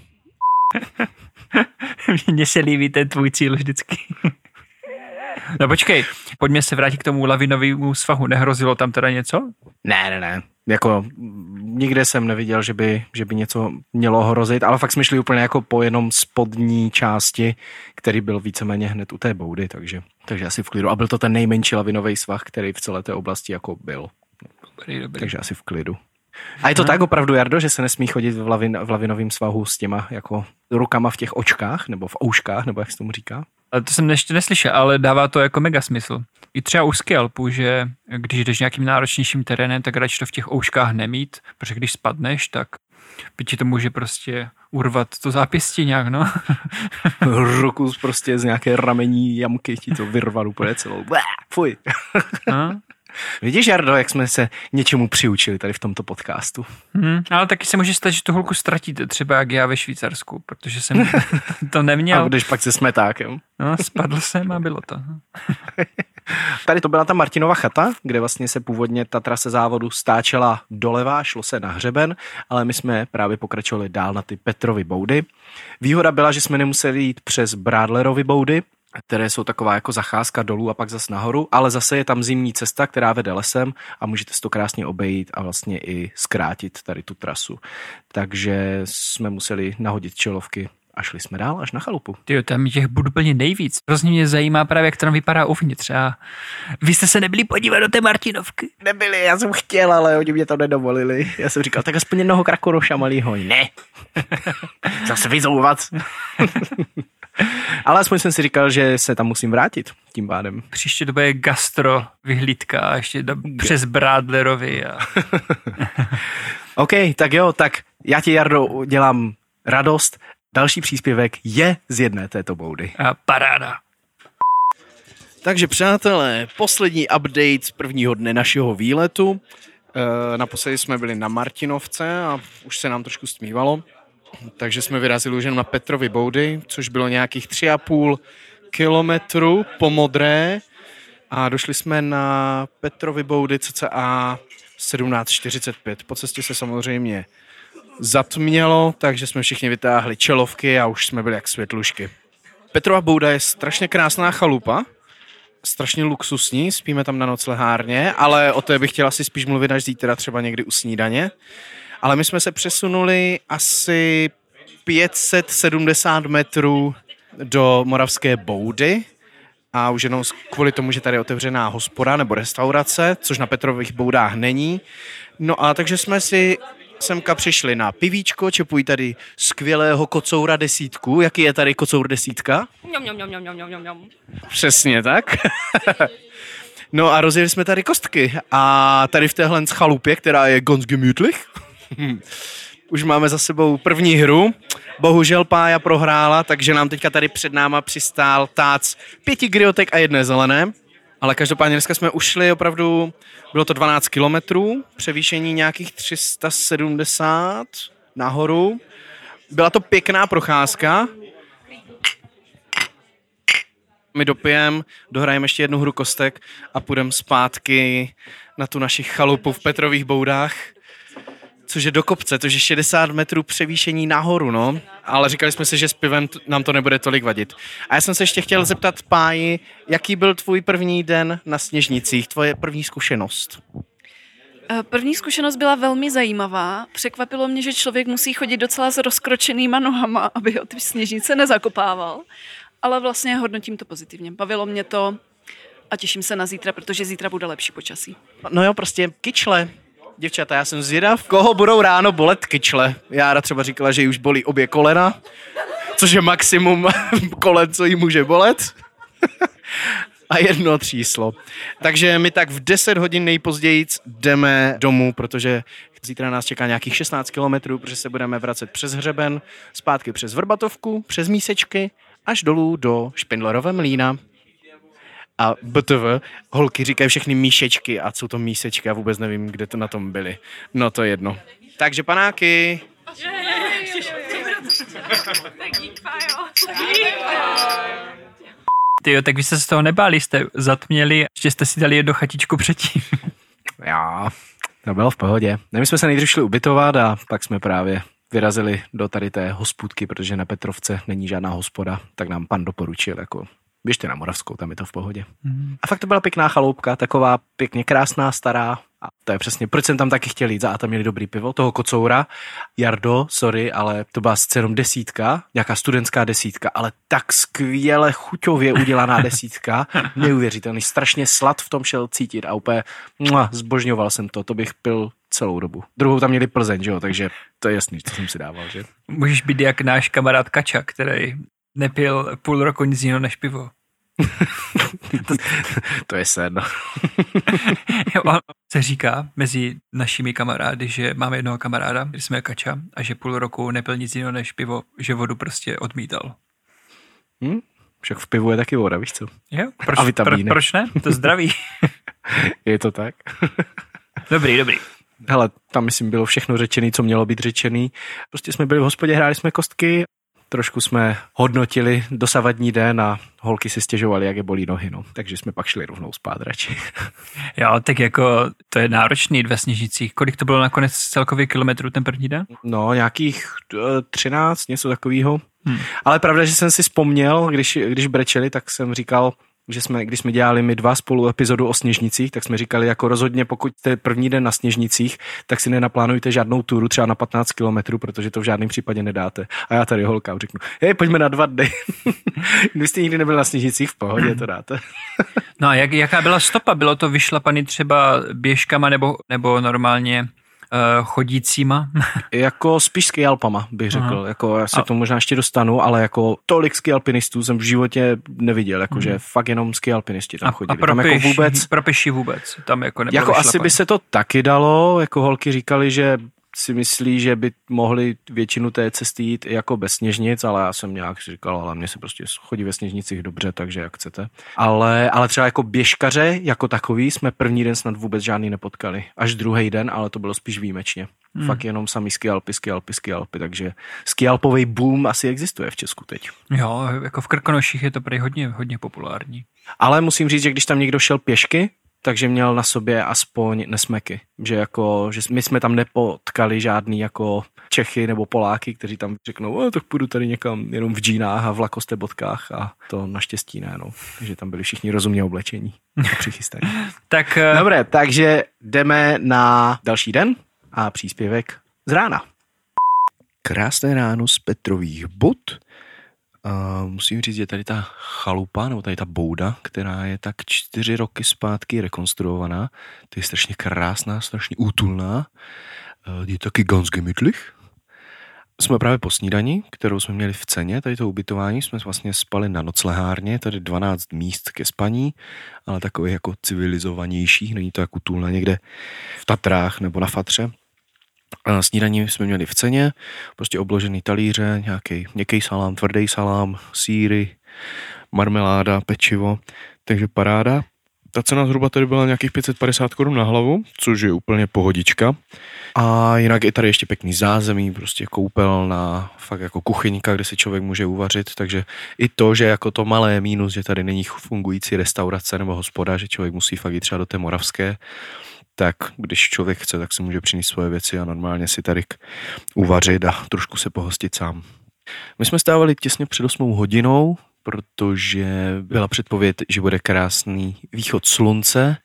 Mně se líbí ten tvůj cíl vždycky. No počkej, pojďme se vrátit k tomu lavinovému svahu. Nehrozilo tam teda něco? Ne, ne, ne. Jako nikde jsem neviděl, že by, že by něco mělo hrozit, ale fakt jsme šli úplně jako po jenom spodní části, který byl víceméně hned u té boudy, takže, takže asi v klidu. A byl to ten nejmenší lavinový svah, který v celé té oblasti jako byl. Dobrý, dobrý. Takže asi v klidu. A je to tak opravdu, Jardo, že se nesmí chodit v, lavin, v lavinovém svahu s těma jako rukama v těch očkách, nebo v ouškách, nebo jak se tomu říká? Ale to jsem ještě neslyšel, ale dává to jako mega smysl. I třeba u skalpu, že když jdeš nějakým náročnějším terénem, tak radši to v těch ouškách nemít, protože když spadneš, tak by ti to může prostě urvat to zápěstí nějak, no. Ruku prostě z nějaké ramení jamky ti to vyrvat úplně celou. Blá, fuj. A? Vidíš, Jardo, jak jsme se něčemu přiučili tady v tomto podcastu. Hmm, ale taky se může stát, že tu holku ztratíte, třeba jak já ve Švýcarsku, protože jsem to neměl. A budeš pak se smetákem. No, spadl jsem a bylo to. Tady to byla ta Martinova chata, kde vlastně se původně ta trasa závodu stáčela doleva, šlo se na hřeben, ale my jsme právě pokračovali dál na ty Petrovy boudy. Výhoda byla, že jsme nemuseli jít přes Brádlerovy boudy, které jsou taková jako zacházka dolů a pak zas nahoru, ale zase je tam zimní cesta, která vede lesem a můžete si to krásně obejít a vlastně i zkrátit tady tu trasu. Takže jsme museli nahodit čelovky a šli jsme dál až na chalupu. Tyjo, tam těch budu úplně nejvíc. Hrozně mě zajímá právě, jak to tam vypadá uvnitř. A vy jste se nebyli podívat do té Martinovky? Nebyli, já jsem chtěl, ale oni mě to nedovolili. Já jsem říkal, tak aspoň jednoho Krakonoša malýho. Ne. Zase vyzouvat. Ale aspoň jsem si říkal, že se tam musím vrátit tím pádem. Příště to bude gastro vyhlídka a ještě do, přes Brádlerovi. A... OK, tak jo, tak já ti, Jardo, dělám radost. Další příspěvek je z jedné této boudy. A paráda. Takže přátelé, poslední update z prvního dne našeho výletu. E, naposledy jsme byli na Martinovce a už se nám trošku stmívalo. Takže jsme vyrazili už jenom na Petrovy boudy, což bylo nějakých tři a půl kilometru po modré a došli jsme na Petrovy boudy cca sedmnáct čtyřicet pět. Po cestě se samozřejmě zatmělo, takže jsme všichni vytáhli čelovky a už jsme byli jak světlušky. Petrova bouda je strašně krásná chalupa, strašně luxusní, spíme tam na noclehárně, ale o té bych chtěla si spíš mluvit až zítra třeba někdy u snídaně. Ale my jsme se přesunuli asi pět set sedmdesát metrů do Moravské boudy a už jenom kvůli tomu, že tady je otevřená hospoda nebo restaurace, což na Petrových boudách není. No a takže jsme si semka přišli na pivíčko, čepují tady skvělého kocoura desítku. Jaký je tady kocour desítka? Njom, njom, njom, njom, njom, njom, njom. Přesně tak. No a rozjeli jsme tady kostky a tady v téhle chalupě, která je ganz gemütlich, už máme za sebou první hru. Bohužel Pája prohrála, takže nám teďka tady před náma přistál tác pěti griotek a jedné zelené. Ale každopádně dneska jsme ušli opravdu, bylo to dvanáct kilometrů, převýšení nějakých tři sta sedmdesát nahoru. Byla to pěkná procházka. My dopijeme, dohrajeme ještě jednu hru kostek a půjdeme zpátky na tu naši chalupu v Petrových boudách. Což je do kopce, což je šedesát metrů převýšení nahoru, no. Ale říkali jsme si, že s pivem t- nám to nebude tolik vadit. A já jsem se ještě chtěl zeptat Páji, jaký byl tvůj první den na Sněžnicích, tvoje první zkušenost? První zkušenost byla velmi zajímavá. Překvapilo mě, že člověk musí chodit docela s rozkročenýma nohama, aby ho ty sněžnice nezakopával. Ale vlastně hodnotím to pozitivně. Bavilo mě to a těším se na zítra, protože zítra bude lepší počasí. No jo, prostě kyčle. Děvčata, já jsem zvědav, koho budou ráno bolet kyčle. Jára třeba říkala, že jí už bolí obě kolena, což je maximum kolen, co jí může bolet. a jedno tříslo. Takže my tak v deset hodin nejpozději jdeme domů, protože zítra nás čeká nějakých šestnáct kilometrů, protože se budeme vracet přes hřeben, zpátky přes Vrbatovku, přes Mísečky, až dolů do Špindlerova mlýna. A B T V, holky říkají všechny míšečky a jsou to mísečky a vůbec nevím, kde to na tom byly. No to je jedno. Takže panáky. Tyjo, tak vy jste se z toho nebáli, jste zatměli, že jste si dali jednu chatičku předtím. Já, to bylo v pohodě. Ne, my jsme se nejdřív šli ubytovat a pak jsme právě vyrazili do tady té hospůdky, protože na Petrovce není žádná hospoda, tak nám pan doporučil, jako běžte na Moravskou, tam je to v pohodě. Mm. A fakt to byla pěkná chaloupka, taková pěkně krásná, stará. A to je přesně, proč jsem tam taky chtěl jít. A tam měli dobrý pivo, toho kocoura. Jardo, sorry, ale to byla sice jenom desítka, nějaká studentská desítka, ale tak skvěle chuťově udělaná desítka. Neuvěřitelný, strašně slad v tom šel cítit a úplně mua, zbožňoval jsem to, to bych pil celou dobu. Druhou tam měli Plzeň, že jo, takže to je jasný, co jsem si dával, že? Můžeš být jak náš kamarád Kača, který nepil půl roku nic jiného než pivo. to, to je sen. On se říká mezi našimi kamarády, že máme jednoho kamaráda, když jsme Kača, a že půl roku nepil nic jiného než pivo, že vodu prostě odmítal. Hmm? Však v pivu je taky voda, víš co? Jo, proč, a vitamíny. Pro, proč ne? To zdraví. Je to tak? Dobrý, dobrý. Hele, tam myslím bylo všechno řečený, co mělo být řečený. Prostě jsme byli v hospodě, hráli jsme kostky, trošku jsme hodnotili dosavadní den a holky si stěžovaly, jak je bolí nohy, no. Takže jsme pak šli rovnou spát radši. Jo, tak jako to je náročný ve Sněžicích. Kolik to bylo nakonec celkově kilometrů ten první den? No, nějakých třináct, něco takového. Hmm. Ale pravda, že jsem si vzpomněl, když, když brečeli, tak jsem říkal, že jsme, když jsme dělali my dva spolu epizodu o Sněžnicích, tak jsme říkali, jako rozhodně, pokud jste první den na Sněžnicích, tak si nenaplánujte žádnou túru třeba na patnáct kilometrů, protože to v žádném případě nedáte. A já tady holkám řeknu, hej, pojďme na dva dny. Když jste nikdy nebyl na Sněžnicích, v pohodě to dáte. No a jak, jaká byla stopa? Bylo to vyšlapaný třeba běžkama nebo, nebo normálně uh, chodícíma? Jako spíš skialpama, bych řekl. Aha. Jako já se k tomu možná ještě dostanu, ale jako tolik skialpinistů jsem v životě neviděl, jakože hmm. fakt jenom skialpinisti tam chodili. A pro, tam pěš, jako vůbec, pro peši vůbec? Tam jako nebylo jako vyšlapaný. Asi by se to taky dalo, jako holky říkali, že si myslí, že by mohli většinu té cesty jít jako bez sněžnic, ale já jsem nějak si říkal, ale mně se prostě chodí ve sněžnicích dobře, takže jak chcete. Ale, ale třeba jako běžkaře jako takový jsme první den snad vůbec žádný nepotkali. Až druhý den, ale to bylo spíš výjimečně. Hmm. Fakt jenom sami skialpy, skialpy, skialpy, takže skialpový boom asi existuje v Česku teď. Jo, jako v Krkonoších je to prý hodně, hodně populární. Ale musím říct, že když tam někdo šel pěšky, takže měl na sobě aspoň nesmeky. Že jako, že my jsme tam nepotkali žádný jako Čechy nebo Poláky, kteří tam řeknou, o, tak půjdu tady někam jenom v džínách a v lakoste bodkách a to naštěstí ne, no. Takže tam byli všichni rozumně oblečení a přichystaní. Tak, Dobré, takže jdeme na další den a příspěvek z rána. Krásné ráno z Petrových Bud. Uh, musím říct, že tady ta chalupa, nebo tady ta bouda, která je tak čtyři roky zpátky rekonstruovaná, to je strašně krásná, strašně útulná, uh, je taky ganz gemütlich. Jsme právě po snídani, kterou jsme měli v ceně, tady to ubytování, jsme vlastně spali na noclehárně, tady dvanáct míst ke spaní, ale takových jako civilizovanějších, není to jako útulné někde v Tatrách nebo na Fatře. A snídaní jsme měli v ceně, prostě obložený talíře, nějaký měkký salám, tvrdý salám, sýry, marmeláda, pečivo, takže paráda. Ta cena zhruba tady byla nějakých pět set padesát korun na hlavu, což je úplně pohodička. A jinak je tady ještě pěkný zázemí, prostě koupelna, fakt jako kuchyňka, kde si člověk může uvařit, takže i to, že jako to malé mínus, že tady není fungující restaurace nebo hospoda, že člověk musí fakt jít třeba do té moravské, tak když člověk chce, tak si může přinést svoje věci a normálně si tady uvařit a trošku se pohostit sám. My jsme stávali těsně před osmou hodinou, protože byla předpověď, že bude krásný východ slunce,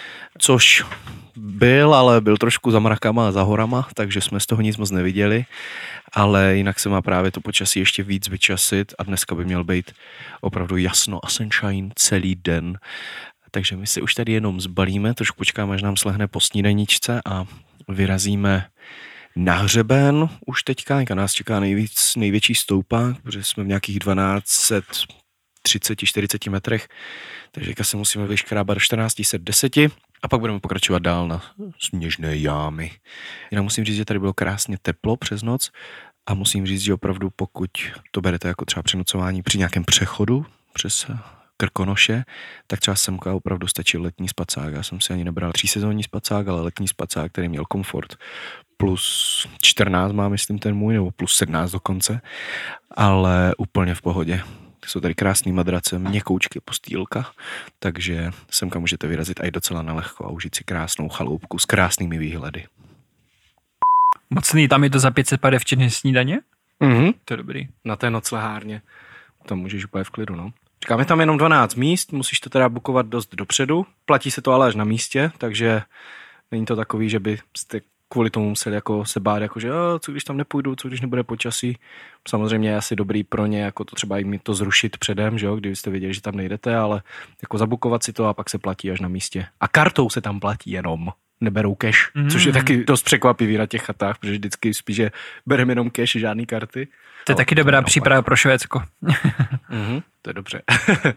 což byl, ale byl trošku za mrakama a za horama, takže jsme z toho nic moc neviděli, ale jinak se má právě to počasí ještě víc vyčasit a dneska by měl být opravdu jasno a sunshine celý den. Takže my si už tady jenom zbalíme, trošku počkáme, až nám slehne po snídaničce a vyrazíme na hřeben. Už teďka nás čeká nejvíc, největší stoupák, protože jsme v nějakých dvanáct set třicet čtyřicet metrech, takže teďka se musíme vyškrábat do čtrnáct set deset a pak budeme pokračovat dál na sněžné jámy. Jinak musím říct, že tady bylo krásně teplo přes noc a musím říct, že opravdu pokud to berete jako třeba přenocování při nějakém přechodu přes Krkonoše, tak třeba semka opravdu stačí letní spacák. Já jsem si ani nebral třísezónní spacák, ale letní spacák, který měl komfort. Plus čtrnáct má, myslím, ten můj, nebo plus sedmnáct dokonce, ale úplně v pohodě. Jsou tady krásný madrace, měkoučky, postýlka, takže semka můžete vyrazit i docela nalehko a užít si krásnou chaloupku s krásnými výhledy. Mocný, tam je to za pět set padesát včetně snídaně? Mhm. To je dobrý. Na té noclehárně. Tam můžeš úplně v klidu, no. Říkáme tam jenom dvanáct míst, musíš to teda bookovat dost dopředu. Platí se to ale až na místě, takže není to takový, že byste kvůli tomu museli jako se bát, jako že co když tam nepůjdu, co když nebude počasí. Samozřejmě je asi dobrý pro ně, jako to třeba jim to zrušit předem, že jo, kdybyste věděli, že tam nejdete, ale jako zabukovat si to a pak se platí až na místě. A kartou se tam platí jenom. Neberou cash, mm-hmm. což je taky dost překvapivý na těch chatách, protože vždycky spíš, že bereme jenom cash, žádný karty. To je no, taky dobrá příprava pro Švédsko. mm-hmm, to je dobře.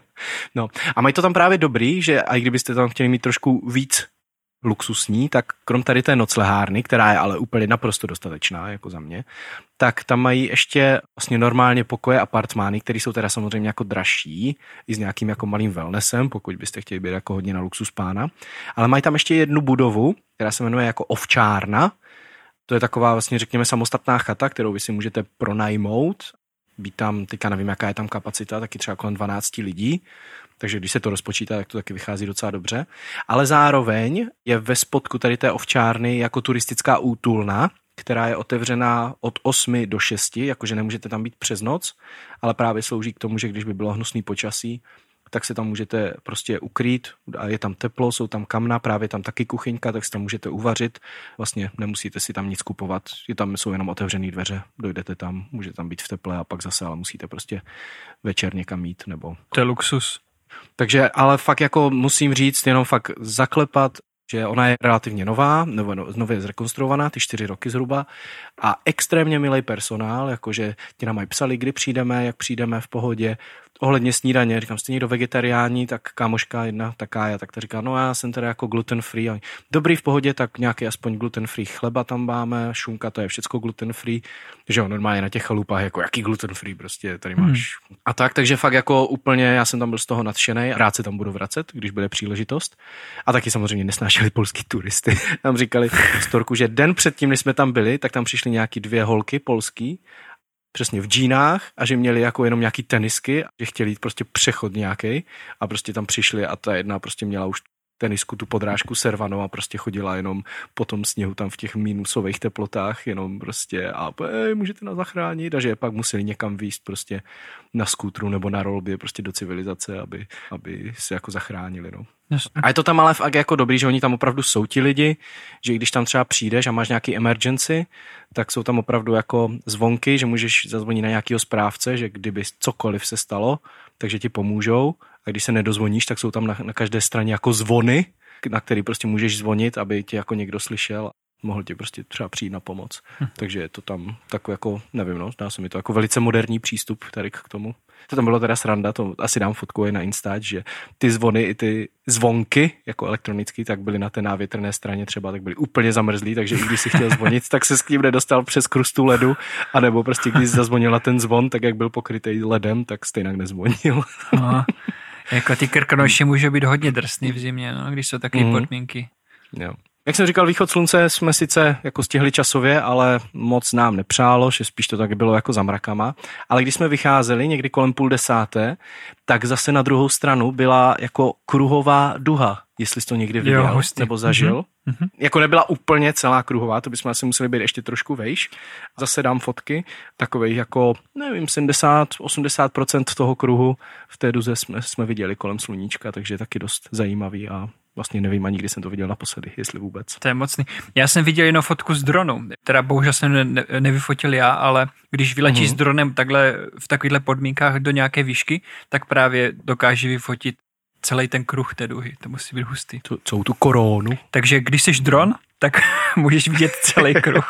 No a mají to tam právě dobrý, že i kdybyste tam chtěli mít trošku víc luxusní, tak krom tady té noclehárny, která je ale úplně naprosto dostatečná, jako za mě, tak tam mají ještě vlastně normálně pokoje, apartmány, které jsou teda samozřejmě jako dražší, i s nějakým jako malým wellnessem, pokud byste chtěli být jako hodně na luxus pána. Ale mají tam ještě jednu budovu, která se jmenuje jako ovčárna. To je taková vlastně, řekněme, samostatná chata, kterou vy si můžete pronajmout. Být tam, teďka nevím, jaká je tam kapacita, taky třeba kolem dvanáct lidí. Takže když se to rozpočítá, tak to taky vychází docela dobře. Ale zároveň je ve spodku tady té ovčárny jako turistická útulna, která je otevřená od osmi do šesti, jakože nemůžete tam být přes noc, ale právě slouží k tomu, že když by bylo hnusný počasí, tak se tam můžete prostě ukrýt a je tam teplo, jsou tam kamna, právě tam taky kuchyňka, tak si tam můžete uvařit. Vlastně nemusíte si tam nic kupovat, je tam jsou jenom otevřené dveře, dojdete tam, můžete tam být v teple a pak zase, ale musíte prostě večer někam jít nebo... To je luxus. Takže, ale fakt jako musím říct, jenom fakt zaklepat, že ona je relativně nová, nebo nově zrekonstruovaná, ty čtyři roky zhruba a extrémně milý personál, jakože ti nám mají psali, kdy přijdeme, jak přijdeme v pohodě. Ohledně snídaně, říkám, jste někdo vegetariáni, tak kámoška jedna taká je, tak ta říká, no já jsem teda jako gluten free. A dobrý, v pohodě, tak nějaký aspoň gluten free chleba tam máme, šunka, to je všecko gluten free. že jo, normálně na těch chalupách, jako jaký gluten free prostě tady máš. Hmm. A tak, takže fakt jako úplně, já jsem tam byl z toho nadšenej, rád se tam budu vracet, když bude příležitost. A taky samozřejmě nesnášeli polský turisty. Tam říkali v storku, že den předtím, než jsme tam byli, tak tam přišly nějaký dvě holky polský, přesně v džínách a že měli jako jenom nějaký tenisky, že chtěli jít prostě přechod nějaký a prostě tam přišli a ta jedna prostě měla už tenisku, tu podrážku servanou a prostě chodila jenom po tom sněhu tam v těch minusových teplotách, jenom prostě a ej, můžete nás zachránit a že pak museli někam výjist prostě na skútru nebo na rolbě prostě do civilizace, aby, aby se jako zachránili, no. A je to tam ale fakt jako dobrý, že oni tam opravdu jsou ti lidi, že když tam třeba přijdeš a máš nějaký emergency, tak jsou tam opravdu jako zvonky, že můžeš zazvonit na nějakýho správce, že kdyby cokoliv se stalo, takže ti pomůžou. A když se nedozvoníš, tak jsou tam na, na každé straně jako zvony, na který prostě můžeš zvonit, aby tě jako někdo slyšel a mohl ti prostě třeba přijít na pomoc. Hm. Takže je to tam takový jako, nevím, no, dá se mi to jako velice moderní přístup tady k tomu. To tam bylo teda sranda, to asi dám fotku i na Instač, že ty zvony i ty zvonky, jako elektronický, tak byly na té návětrné straně třeba, tak byly úplně zamrzlí, takže i když si chtěl zvonit, tak se s tím nedostal přes krustu ledu, anebo prostě když zazvonil na ten zvon, tak jak byl pokrytý ledem, tak stejně nezvonil. Aha. Jako ty Krkonoše můžou být hodně drsný v zimě, no, když jsou takové mm. podmínky. Jo. Jak jsem říkal, východ slunce jsme sice jako stihli časově, ale moc nám nepřálo, že spíš to tak bylo jako za mrakama. Ale když jsme vycházeli někdy kolem půl desáté, tak zase na druhou stranu byla jako kruhová duha, jestli jsi to někdy viděl jo, nebo zažil. Mm-hmm. Jako nebyla úplně celá kruhová, to bychom asi museli být ještě trošku vejš. Zase dám fotky, takových jako, nevím, sedmdesát osmdesát procent toho kruhu v té duze jsme, jsme viděli kolem sluníčka, takže je taky dost zajímavý a vlastně nevím ani, kdy jsem to viděl naposledy, jestli vůbec. To je mocný. Já jsem viděl jenom fotku z dronu, teda bohužel jsem ne, ne, nevyfotil já, ale když vyletíš mm-hmm. s dronem takhle v takovýchhle podmínkách do nějaké výšky, tak právě dokáže vyfotit celý ten kruh té duhy, to musí být hustý. Tu, celou tu koronu. Takže když jsi dron, tak můžeš vidět celý kruh.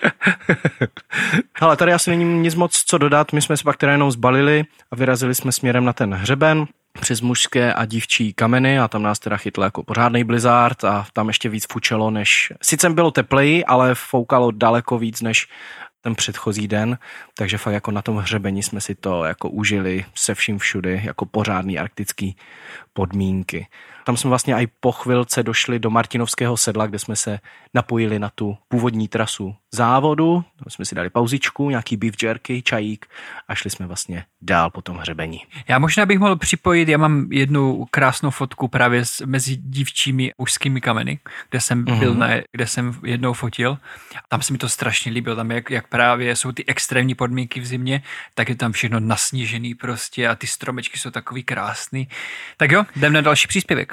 Ale tady asi není nic moc co dodat, my jsme se pak teda jenom zbalili a vyrazili jsme směrem na ten hřeben přes mužské a dívčí kameny a tam nás teda chytl jako pořádnej blizzard a tam ještě víc fučelo než, sice bylo tepleji, ale foukalo daleko víc než ten předchozí den, takže fakt jako na tom hřebení jsme si to jako užili se vším všudy, jako pořádný arktický podmínky. Tam jsme vlastně i po chvilce došli do Martinovského sedla, kde jsme se napojili na tu původní trasu závodu, tam jsme si dali pauzičku, nějaký beef jerky, čajík a šli jsme vlastně dál po tom hřebení. Já možná bych mohl připojit, já mám jednu krásnou fotku právě s, mezi dívčími mužskými kameny, kde jsem mm-hmm. byl, na, kde jsem jednou fotil. Tam se mi to strašně líbilo, tam jak, jak právě jsou ty extrémní podmínky v zimě, tak je tam všechno nasněžený prostě a ty stromečky jsou takový krásný. Tak jo, jdem na další příspěvek.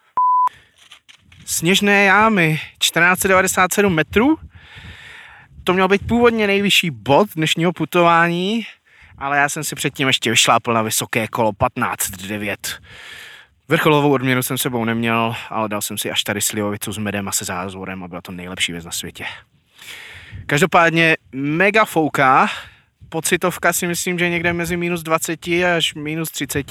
Sněžné jámy, čtrnáct set devadesát sedm metrů. To měl být původně nejvyšší bod dnešního putování, ale já jsem si předtím ještě vyšlápl na vysoké kolo patnáct devět. Vrcholovou odměnu jsem sebou neměl, ale dal jsem si až tady slivovicu s medem a se zázvorem a byla to nejlepší věc na světě. Každopádně mega fouká, pocitovka si myslím, že někde mezi minus dvacet až minus třicet,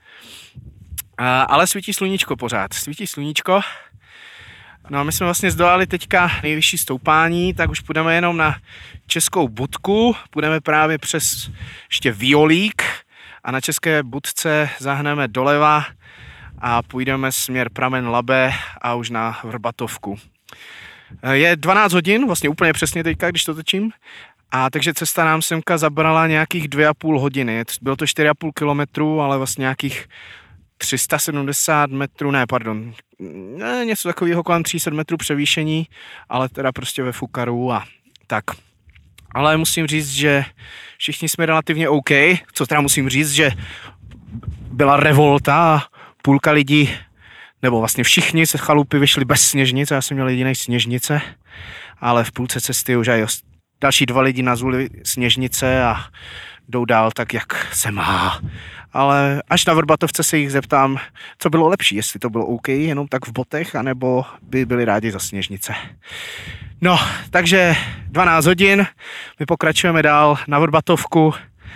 ale svítí sluníčko pořád, svítí sluníčko. No a my jsme vlastně zdolali teďka nejvyšší stoupání, tak už půjdeme jenom na Českou Budku, půjdeme právě přes ještě Violík a na České Budce zahneme doleva a půjdeme směr Pramen Labe a už na Vrbatovku. Je dvanáct hodin, vlastně úplně přesně teďka, když to točím, a takže cesta nám semka zabrala nějakých dvě a půl hodiny. Bylo to čtyři a půl kilometru, ale vlastně nějakých tři sta sedmdesát metrů, ne, pardon, ne, něco takového kolem tři sta metrů převýšení, ale teda prostě ve fukaru a tak. Ale musím říct, že všichni jsme relativně OK, co teda musím říct, že byla revolta a půlka lidí, nebo vlastně všichni se chalupy vyšli bez sněžnice, já jsem měl jedinej sněžnice, ale v půlce cesty už aj další dva lidi nazvuli sněžnice a jdou dál tak, jak se má. Ale až na Vrbatovce se jich zeptám, co bylo lepší, jestli to bylo OK jenom tak v botech, anebo by byli rádi za sněžnice. No, takže dvanáct hodin, my pokračujeme dál na Vrbatovku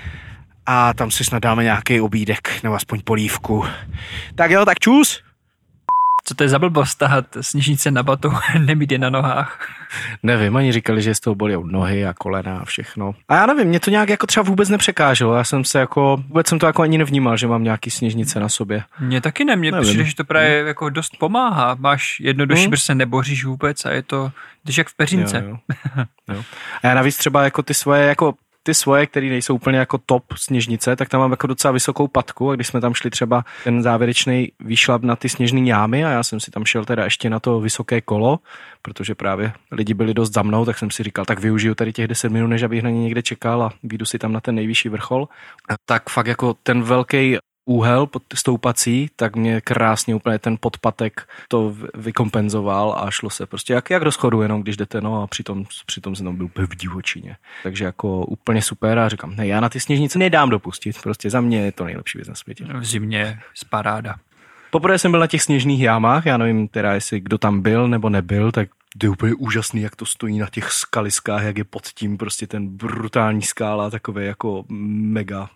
a tam si snad dáme nějaký obídek, nebo aspoň polívku. Tak jo, tak čus! Co to je za blbost tahat sněžnice na batu, nemít je na nohách? Nevím, oni říkali, že z toho bolí nohy a kolena a všechno. A já nevím, mě to nějak jako třeba vůbec nepřekáželo. Já jsem se jako, vůbec jsem to jako ani nevnímal, že mám nějaký sněžnice na sobě. Mně taky ne, mně přijde, že to právě hmm. jako dost pomáhá. Máš jednodušší, hmm. protože se neboříš vůbec a je to, když jak v peřince. Jo, jo. Jo. A já navíc třeba jako ty svoje, jako ty svoje, které nejsou úplně jako top sněžnice, tak tam mám jako docela vysokou patku a když jsme tam šli třeba ten závěrečný výšlap na ty sněžný jámy a já jsem si tam šel teda ještě na to vysoké kolo, protože právě lidi byli dost za mnou, tak jsem si říkal, tak využiju tady těch deset minut, než abych na ně někde čekal a vyjdu si tam na ten nejvyšší vrchol. A tak fakt jako ten velký úhel pod stoupací, tak mě krásně úplně ten podpatek to vykompenzoval a šlo se prostě jak, jak do schodu, jenom když jdete, no a přitom, přitom jsem tam byl úplně v divočině. Takže jako úplně super a říkám, ne, já na ty sněžnice nedám dopustit, prostě za mě je to nejlepší věc na světě. V zimě sparáda. Poprvé jsem byl na těch sněžných jámách, já nevím teda, jestli kdo tam byl nebo nebyl, tak to je úplně úžasný, jak to stojí na těch skaliskách, jak je pod tím prostě ten brutální skála, takové jako mega.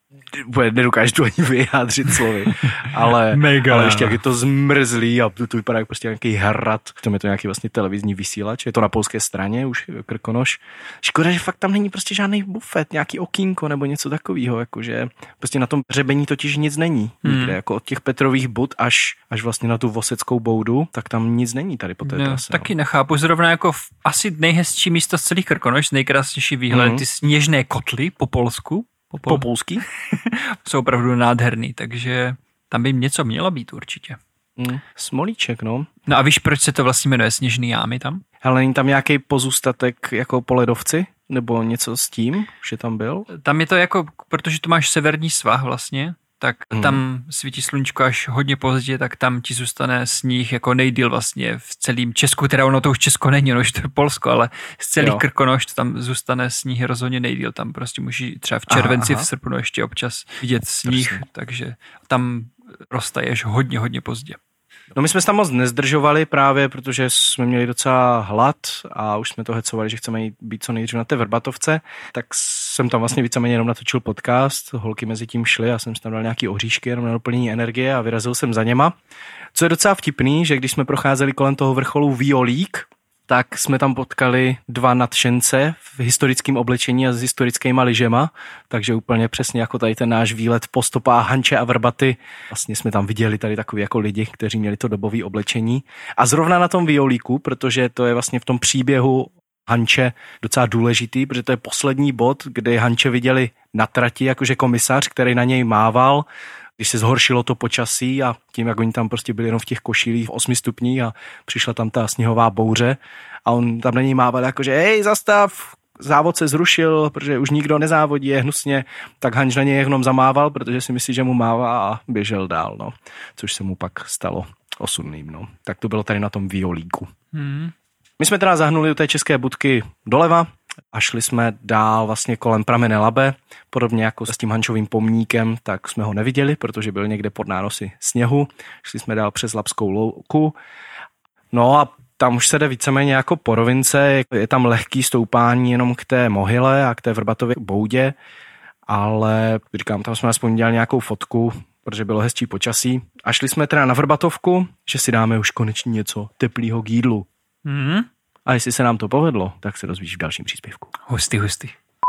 Nedokážu to ani vyjádřit slovy, ale, ale ještě jak je to zmrzlý a to, to vypadá jak prostě nějaký hrad. Tam je to nějaký vlastně televizní vysílač, je to na polské straně už Krkonoš. Škoda, že fakt tam není prostě žádný bufet, nějaký okýnko nebo něco takového, jakože prostě na tom hřebení totiž nic není. Nikde, hmm. jako od těch Petrových bud až, až vlastně na tu Voseckou boudu, tak tam nic není tady po té no, trase. Taky nechápu, zrovna jako v, asi nejhezčí místo z celých Krkonoš, nejkrásnější výhled, hmm. ty sněžné kotly po Polsku. Po polský? Jsou opravdu nádherný, takže tam by něco mělo být určitě. Mm, smolíček, no. No a víš, proč se to vlastně jmenuje Sněžný jámy tam? Ale není tam nějaký pozůstatek jako po ledovci? Nebo něco s tím, že tam byl? Tam je to jako, protože tu máš severní svah vlastně, tak mm. tam svítí sluníčko až hodně pozdě, tak tam ti zůstane sníh jako nejdýl vlastně v celém Česku, teda ono to už Česko není, ono už to je Polsko, ale z celých Krkonoš tam zůstane sníh rozhodně nejdýl, tam prostě můžeš třeba v červenci, aha, aha. v srpnu ještě občas vidět sníh, Prosím. Takže tam roztaješ hodně, hodně pozdě. No my jsme se tam moc nezdržovali právě, protože jsme měli docela hlad a už jsme to hecovali, že chceme jít, být co nejdřív na té Vrbatovce, tak jsem tam vlastně víceméně jenom natočil podcast, holky mezi tím šly, já jsem si tam dal nějaký oříšky jenom na doplnění energie a vyrazil jsem za něma. Co je docela vtipný, že když jsme procházeli kolem toho vrcholu Violík, tak jsme tam potkali dva nadšence v historickém oblečení a s historickýma lyžema, takže úplně přesně jako tady ten náš výlet po stopách Hanče a Vrbaty. Vlastně jsme tam viděli tady takový jako lidi, kteří měli to dobové oblečení. A zrovna na tom Violíku, protože to je vlastně v tom příběhu Hanče docela důležitý, protože to je poslední bod, kdy Hanče viděli na trati jakože komisař, který na něj mával, když se zhoršilo to počasí a tím, jak oni tam prostě byli jenom v těch košilích v osmi stupních a přišla tam ta sněhová bouře a on tam na něj mával jakože hej, zastav, závod se zrušil, protože už nikdo nezávodí, je hnusně, tak Hanč na něj jenom zamával, protože si myslí, že mu mává a běžel dál, no. Což se mu pak stalo osudným, no. Tak to bylo tady na tom Violíku. Hmm. My jsme teda zahnuli do té české budky doleva a šli jsme dál vlastně kolem Pramene Labe, podobně jako s tím Hančovým pomníkem, tak jsme ho neviděli, protože byl někde pod nánosy sněhu. Šli jsme dál přes Labskou louku. No a tam už se jde víceméně jako po rovince, je tam lehký stoupání jenom k té mohyle a k té Vrbatově boudě, ale říkám, tam jsme aspoň dělali nějakou fotku, protože bylo hezčí počasí. A šli jsme teda na Vrbatovku, že si dáme už konečně něco teplýho k jídlu. Mm. A jestli se nám to povedlo, tak se dozvíš v dalším příspěvku. Hustý, hustý.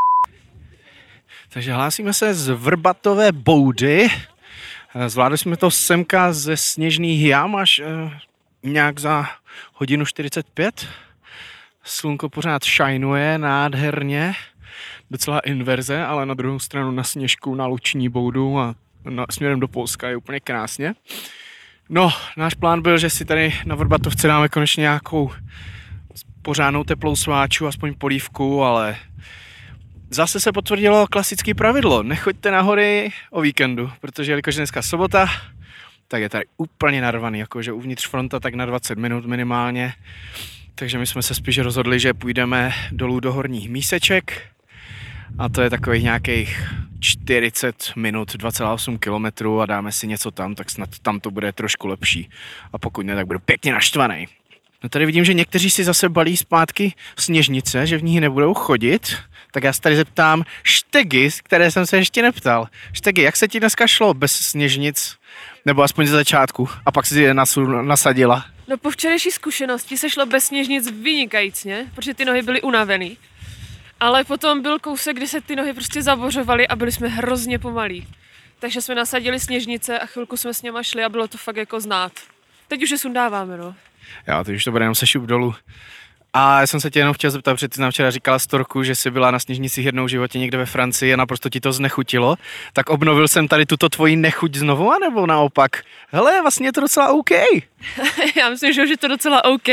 Takže hlásíme se z Vrbatové boudy. Zvládli jsme to semka ze Sněžných jam až eh, nějak za hodinu čtyřicet pět. Slunko pořád šajnuje nádherně. Docela inverze, ale na druhou stranu na Sněžku, na Luční boudu a na, směrem do Polska je úplně krásně. No, náš plán byl, že si tady na Vrbatovce dáme konečně nějakou pořádnou teplou sváču, aspoň polívku, ale zase se potvrdilo klasické pravidlo. Nechoďte na hory o víkendu, protože jelikož dneska sobota, tak je tady úplně narvaný, jakože uvnitř fronta tak na dvacet minut minimálně. Takže my jsme se spíš rozhodli, že půjdeme dolů do Horních Míseček a to je takových nějakých čtyřicet minut, dva celá osm kilometrů a dáme si něco tam, tak snad tam to bude trošku lepší. A pokud ne, tak budu pěkně naštvaný. No tady vidím, že někteří si zase balí zpátky sněžnice, že v nich nebudou chodit. Tak já se tady zeptám Štegy, které jsem se ještě neptal. Štegy, jak se ti dneska šlo bez sněžnic? Nebo aspoň ze začátku. A pak si je nasadila. No po včerejší zkušenosti se šlo bez sněžnic vynikajícně, protože ty nohy byly unavený. Ale potom byl kousek, kdy se ty nohy prostě zabořovaly a byli jsme hrozně pomalí. Takže jsme nasadili sněžnice a chvilku jsme s něma šli a bylo to fakt jako znát. Teď už je sundáváme, no. Já, teď už to bude jenom sešup dolů. A já jsem se tě jenom chtěl zeptat, protože ty nám včera říkala storku, že jsi byla na sněžnicích jednou v životě někde ve Francii a naprosto ti to znechutilo. Tak obnovil jsem tady tuto tvoji nechuť znovu, anebo naopak? Hele, vlastně je to docela OK. Já myslím, že už je to docela OK.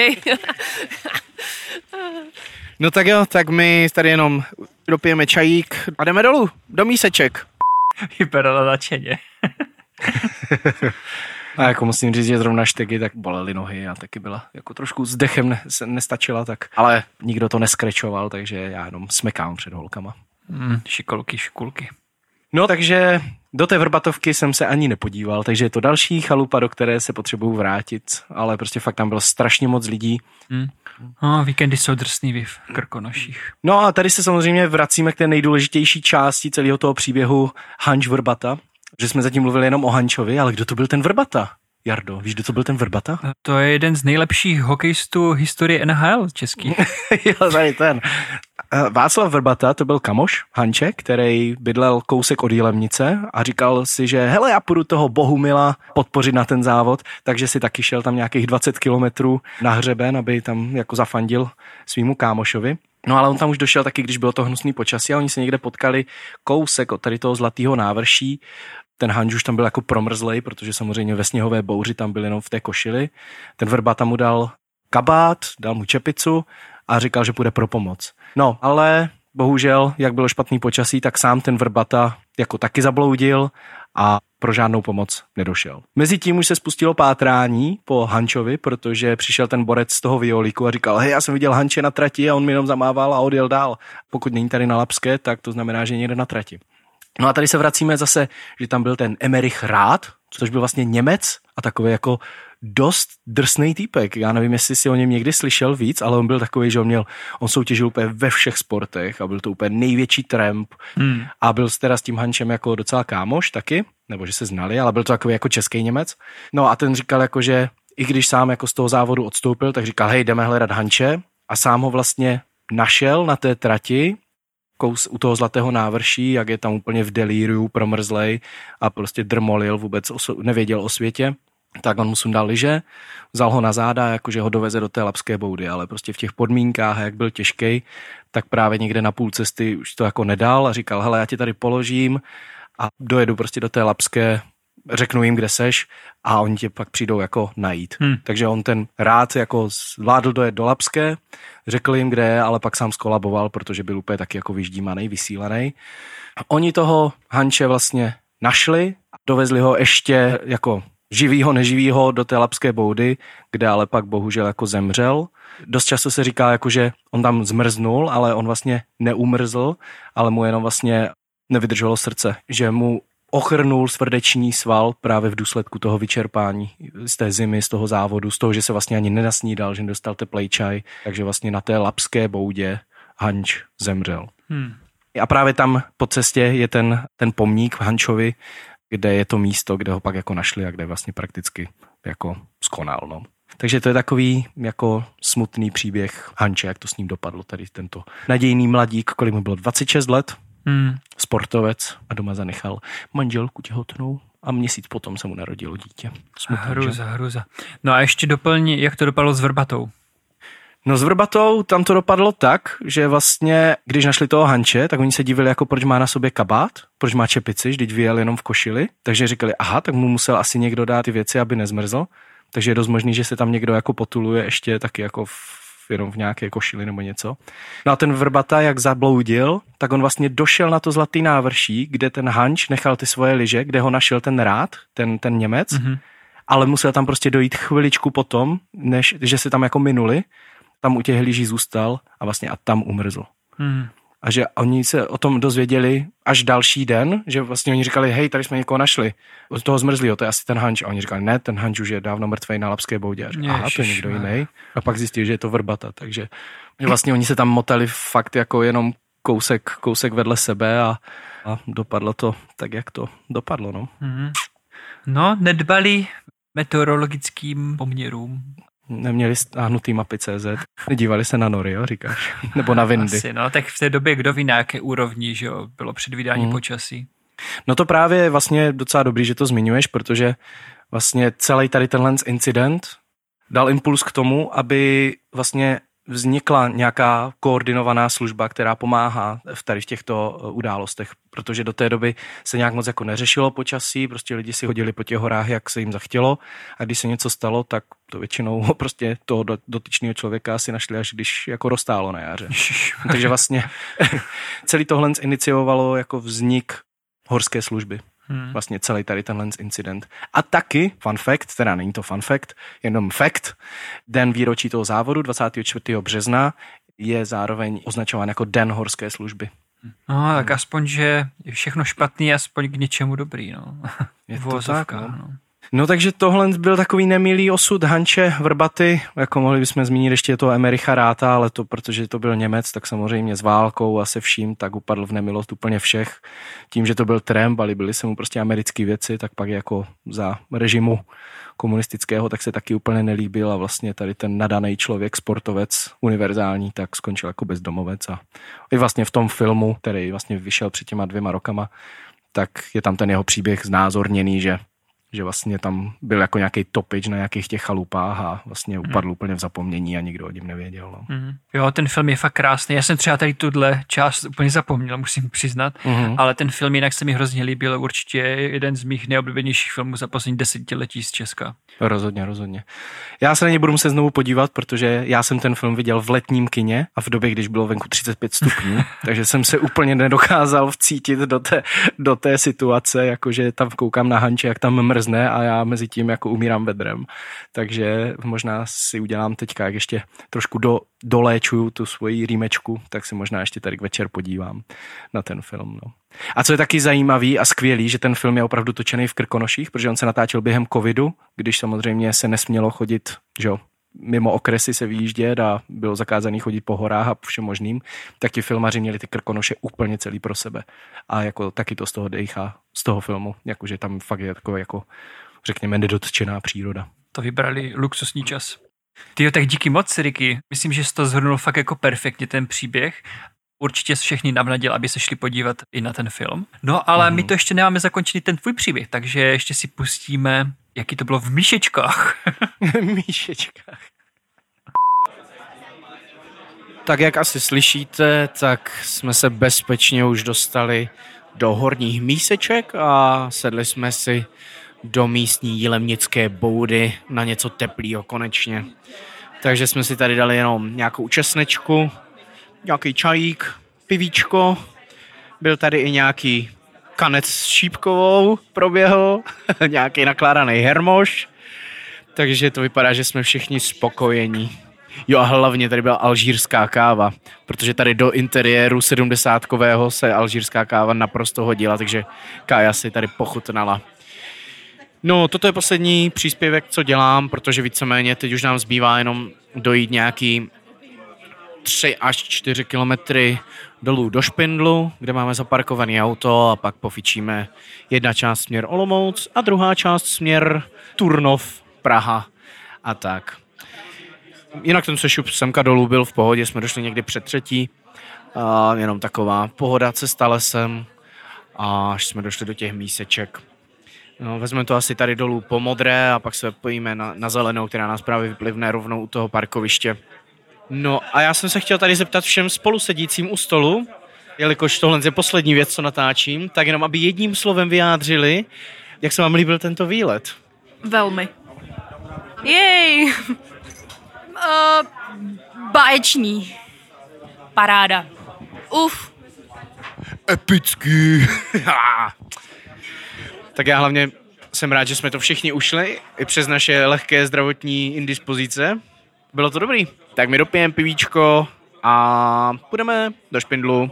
No tak jo, tak my tady jenom dopijeme čajík a jdeme dolů, do Míseček. Vypadala nadšeně. A jako musím říct, že zrovna Štegy tak bolely nohy a taky byla jako trošku s dechem ne, se nestačila, tak ale nikdo to neskrečoval, takže já jenom smekám před holkama. Mm, šikolky, šikulky. No takže do té Vrbatovky jsem se ani nepodíval, takže je to další chalupa, do které se potřebuju vrátit, ale prostě fakt tam bylo strašně moc lidí. Mm. No, víkendy jsou drsný v Krkonoších. No a tady se samozřejmě vracíme k té nejdůležitější části celého toho příběhu Hanč Vrbata, že jsme zatím mluvili jenom o Hančovi, ale kdo to byl ten Vrbata? Jardo, víš, kdo to byl ten Vrbata? To je jeden z nejlepších hokejistů historie N H L českých. Jo, tady ten. Václav Vrbata, to byl kamoš Hanče, který bydlel kousek od Jilemnice a říkal si, že hele, já půjdu toho Bohumila podpořit na ten závod, takže si taky šel tam nějakých dvacet kilometrů na hřeben, aby tam jako zafandil svýmu kámošovi. No ale on tam už došel taky, když bylo to hnusný počasí a oni se někde potkali kousek od tady toho Zlatého návrší. Ten Hanč už tam byl jako promrzlej, protože samozřejmě ve sněhové bouři tam byl jenom v té košili. Ten Vrbata mu dal kabát, dal mu čepicu a říkal, že půjde pro pomoc. No, ale bohužel, jak bylo špatný počasí, tak sám ten Vrbata jako taky zabloudil a pro žádnou pomoc nedošel. Mezitím už se spustilo pátrání po Hančovi, protože přišel ten borec z toho Violíku a říkal, hej, já jsem viděl Hanče na trati a on mi jenom zamával a odjel dál. Pokud není tady na Labské, tak to znamená, že někde na trati. No a tady se vracíme zase, že tam byl ten Emerich Rád, což byl vlastně Němec a takový jako dost drsnej týpek. Já nevím, jestli si o něm někdy slyšel víc, ale on byl takový, že on měl, on soutěžil úplně ve všech sportech a byl to úplně největší tramp hmm. a byl teda s tím Hančem jako docela kámoš taky, nebo že se znali, ale byl to takový jako český Němec. No a ten říkal jako, že i když sám jako z toho závodu odstoupil, tak říkal, hej, jdeme hledat Hanče a sám ho vlastně našel na té trati kous u toho Zlatého návrší, jak je tam úplně v delíriu promrzlej a prostě drmolil, vůbec oso- nevěděl o světě. Tak on mu sundal lyže, vzal ho na záda, jakože ho doveze do té Lapské boudy, ale prostě v těch podmínkách, jak byl těžkej, tak právě někde na půl cesty už to jako nedal a říkal, hele, já tě tady položím a dojedu prostě do té Lapské, řeknu jim, kde seš a oni tě pak přijdou jako najít. Hmm. Takže on ten rád jako zvládl dojet do Lapské, řekl jim, kde je, ale pak sám skolaboval, protože byl úplně taky jako vyždímanej, vysílenej. Oni toho Hanče vlastně našli, dovezli ho ještě jako živýho, neživýho do té Lapské boudy, kde ale pak bohužel jako zemřel. Dost často se říká, jako, že on tam zmrznul, ale on vlastně neumrzl, ale mu jenom vlastně nevydrželo srdce, že mu ochrnul svrdeční sval právě v důsledku toho vyčerpání z té zimy, z toho závodu, z toho, že se vlastně ani nenasnídal, že nedostal teplej čaj, takže vlastně na té Lapské boudě Hanč zemřel. Hmm. A právě tam po cestě je ten, ten pomník Hančovi, kde je to místo, kde ho pak jako našli a kde vlastně prakticky jako skonal. No. Takže to je takový jako smutný příběh Hanče, jak to s ním dopadlo, tady tento nadějný mladík, kolik mu bylo dvacet šest let, hmm. sportovec a doma zanechal manželku těhotnou a měsíc potom se mu narodilo dítě. Smutný, hruza, hruza. No a ještě doplň, jak to dopadlo s Vrbatou. No s Vrbatou tam to dopadlo tak, že vlastně, když našli toho Hanče, tak oni se divili, jako proč má na sobě kabát, proč má čepici, vždyť vyjel jenom v košili, takže říkali, aha, tak mu musel asi někdo dát ty věci, aby nezmrzl, takže je dost možný, že se tam někdo jako potuluje ještě taky jako v, jenom v nějaké košili nebo něco. No a ten Vrbata, jak zabloudil, tak on vlastně došel na to Zlatý návrší, kde ten Hanč nechal ty svoje lyže, kde ho našel ten rád, ten, ten Němec, mm-hmm. ale musel tam prostě dojít chviličku potom, než že se tam jako minuli, tam u těch lyží zůstal a vlastně a tam umrzl. Hmm. A že oni se o tom dozvěděli až další den, že vlastně oni říkali, hej, tady jsme někoho našli. Od toho zmrzlýho, to je asi ten Hanč. A oni říkali, ne, ten Hanč už je dávno mrtvej na Lapské boudě. A říkali, aha, to je někdo jiný. A pak zjistili, že je to Vrbata. Takže že vlastně oni se tam motali fakt jako jenom kousek, kousek vedle sebe a, a dopadlo to tak, jak to dopadlo. No, hmm. no nedbali meteorologickým poměrům. Neměli stáhnutý mapy tečka cé zet. Dívali se na nory, jo, říkáš? Nebo na windy. Asi, no, tak v té době kdo ví na jaké úrovni, že jo, bylo předvídání hmm. počasí. No to právě je vlastně docela dobrý, že to zmiňuješ, protože vlastně celý tady tenhle incident dal impuls k tomu, aby vlastně vznikla nějaká koordinovaná služba, která pomáhá v tady v těchto událostech, protože do té doby se nějak moc jako neřešilo počasí, prostě lidi si hodili po těch horách, jak se jim zachtělo a když se něco stalo, tak to většinou prostě toho dotyčného člověka si našli, až když jako roztálo na jaře. Takže vlastně celý tohle iniciovalo jako vznik horské služby. Hmm. Vlastně celý tady tenhle incident. A taky, fun fact, teda není to fun fact, jenom fact, den výročí toho závodu dvacátého čtvrtého března je zároveň označován jako Den horské služby. No, tak aspoň, že je všechno špatný, aspoň k něčemu dobrý, no. Je to tak, no. no. No takže tohle byl takový nemilý osud Hanče Vrbaty, jako mohli bychom zmínit ještě toho Emericha Ráta, ale to, protože to byl Němec, tak samozřejmě s válkou a se vším, tak upadl v nemilost úplně všech. Tím, že to byl tramp a líbily se mu prostě americké věci, tak pak jako za režimu komunistického, tak se taky úplně nelíbil a vlastně tady ten nadaný člověk, sportovec univerzální, tak skončil jako bezdomovec a i vlastně v tom filmu, který vlastně vyšel před těma dvěma rokama, tak je tam ten jeho příběh znázorněný, že že vlastně tam byl jako nějaký topič na nějakých těch chalupách a vlastně upadl mm. úplně v zapomnění a nikdo o něm nevěděl. No. Mm. Jo, ten film je fakt krásný. Já jsem třeba tady tuhle část úplně zapomněl, musím přiznat, mm. ale ten film jinak se mi hrozně líbil, určitě je jeden z mých nejoblíbenějších filmů za poslední desetiletí z Česka. Rozhodně, rozhodně. Já se na ně budu muset znovu podívat, protože já jsem ten film viděl v letním kině a v době, když bylo venku třicet pět stupňů, takže jsem se úplně nedokázal vcítit do té, do té situace, jakože tam koukám na Hanče, jak tam mrzne a já mezi tím jako umírám vedrem. Takže možná si udělám teďka, jak ještě trošku do, doléčuju tu svoji rýmečku, tak si možná ještě tady k večer podívám na ten film. No. A co je taky zajímavý a skvělý, že ten film je opravdu točený v Krkonoších, protože on se natáčel během covidu, když samozřejmě se nesmělo chodit, že jo, mimo okresy se vyjíždět a bylo zakázané chodit po horách a všem možným, tak ti filmaři měli ty Krkonoše úplně celý pro sebe. A jako taky to z toho dejchá, z toho filmu, jakože tam fakt je takový jako, řekněme, nedotčená příroda. To vybrali luxusní čas. Tyjo, tak díky moc, Ricky. Myslím, že jsi to zhrnul fakt jako perfektně ten příběh. Určitě všechny navnadil, aby se šli podívat i na ten film. No, ale mm. my to ještě nemáme zakončený ten tvůj příběh, takže ještě si pustíme, jaký to bylo v Míšečkách. Míšečkách. Tak jak asi slyšíte, tak jsme se bezpečně už dostali do Horních Míseček a sedli jsme si do místní jilemnické boudy na něco teplýho konečně. Takže jsme si tady dali jenom nějakou česnečku, nějaký čajík, pivíčko, byl tady i nějaký kanec s šípkovou proběhl, nějaký nakládaný hermoš, takže to vypadá, že jsme všichni spokojení. Jo a hlavně tady byla alžírská káva, protože tady do interiéru sedmdesátkového se alžírská káva naprosto hodila, takže Kája si tady pochutnala. No, toto je poslední příspěvek, co dělám, protože víceméně teď už nám zbývá jenom dojít nějaký tři až čtyři kilometry dolů do Špindlu, kde máme zaparkované auto a pak pofičíme jedna část směr Olomouc a druhá část směr Turnov, Praha a tak. Jinak ten sešup semka dolů byl v pohodě, jsme došli někdy před třetí, a jenom taková pohoda cesta lesem a až jsme došli do těch míseček. No, vezmeme to asi tady dolů po modré a pak se pojíme na, na zelenou, která nás právě vyplivne rovnou u toho parkoviště. No a já jsem se chtěl tady zeptat všem spolusedícím u stolu, jelikož tohle je poslední věc, co natáčím, tak jenom aby jedním slovem vyjádřili, jak se vám líbil tento výlet. Velmi. Jej! Uh, báječný. Paráda. Uf. Epický. Tak já hlavně jsem rád, že jsme to všichni ušli, i přes naše lehké zdravotní indispozice. Bylo to dobrý. Tak my dopijeme pivíčko a půjdeme do Špindlu.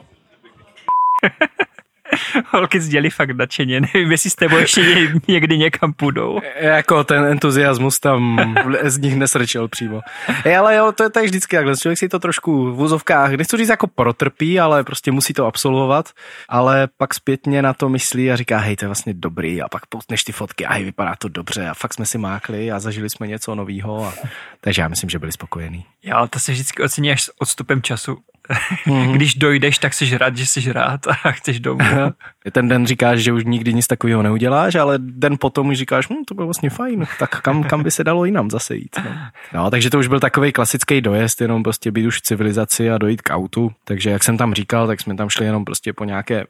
Holky sdělí fakt nadšeně, nevím, jestli s tebou ještě někdy někam půjdou. Jako ten entuziasmus tam z nich nesrčel přímo. Je, ale jo, to je tak vždycky takhle, člověk si to trošku v úzovkách, nechci říct jako protrpí, ale prostě musí to absolvovat, ale pak zpětně na to myslí a říká, hej, to je vlastně dobrý a pak postneš ty fotky a hej, vypadá to dobře a fakt jsme si mákli a zažili jsme něco novýho a takže já myslím, že byli spokojení. Jo, to se vždycky ocení až s odstupem času. Mm-hmm. Když dojdeš, tak jsi rád, že jsi rád a chceš domů. Ten den říkáš, že už nikdy nic takového neuděláš, ale den potom už říkáš, hm, to bylo vlastně fajn, tak kam, kam by se dalo jinam zase jít. No. No, takže to už byl takový klasický dojezd, jenom prostě být už v civilizaci a dojít k autu. Takže jak jsem tam říkal, tak jsme tam šli jenom prostě po nějaké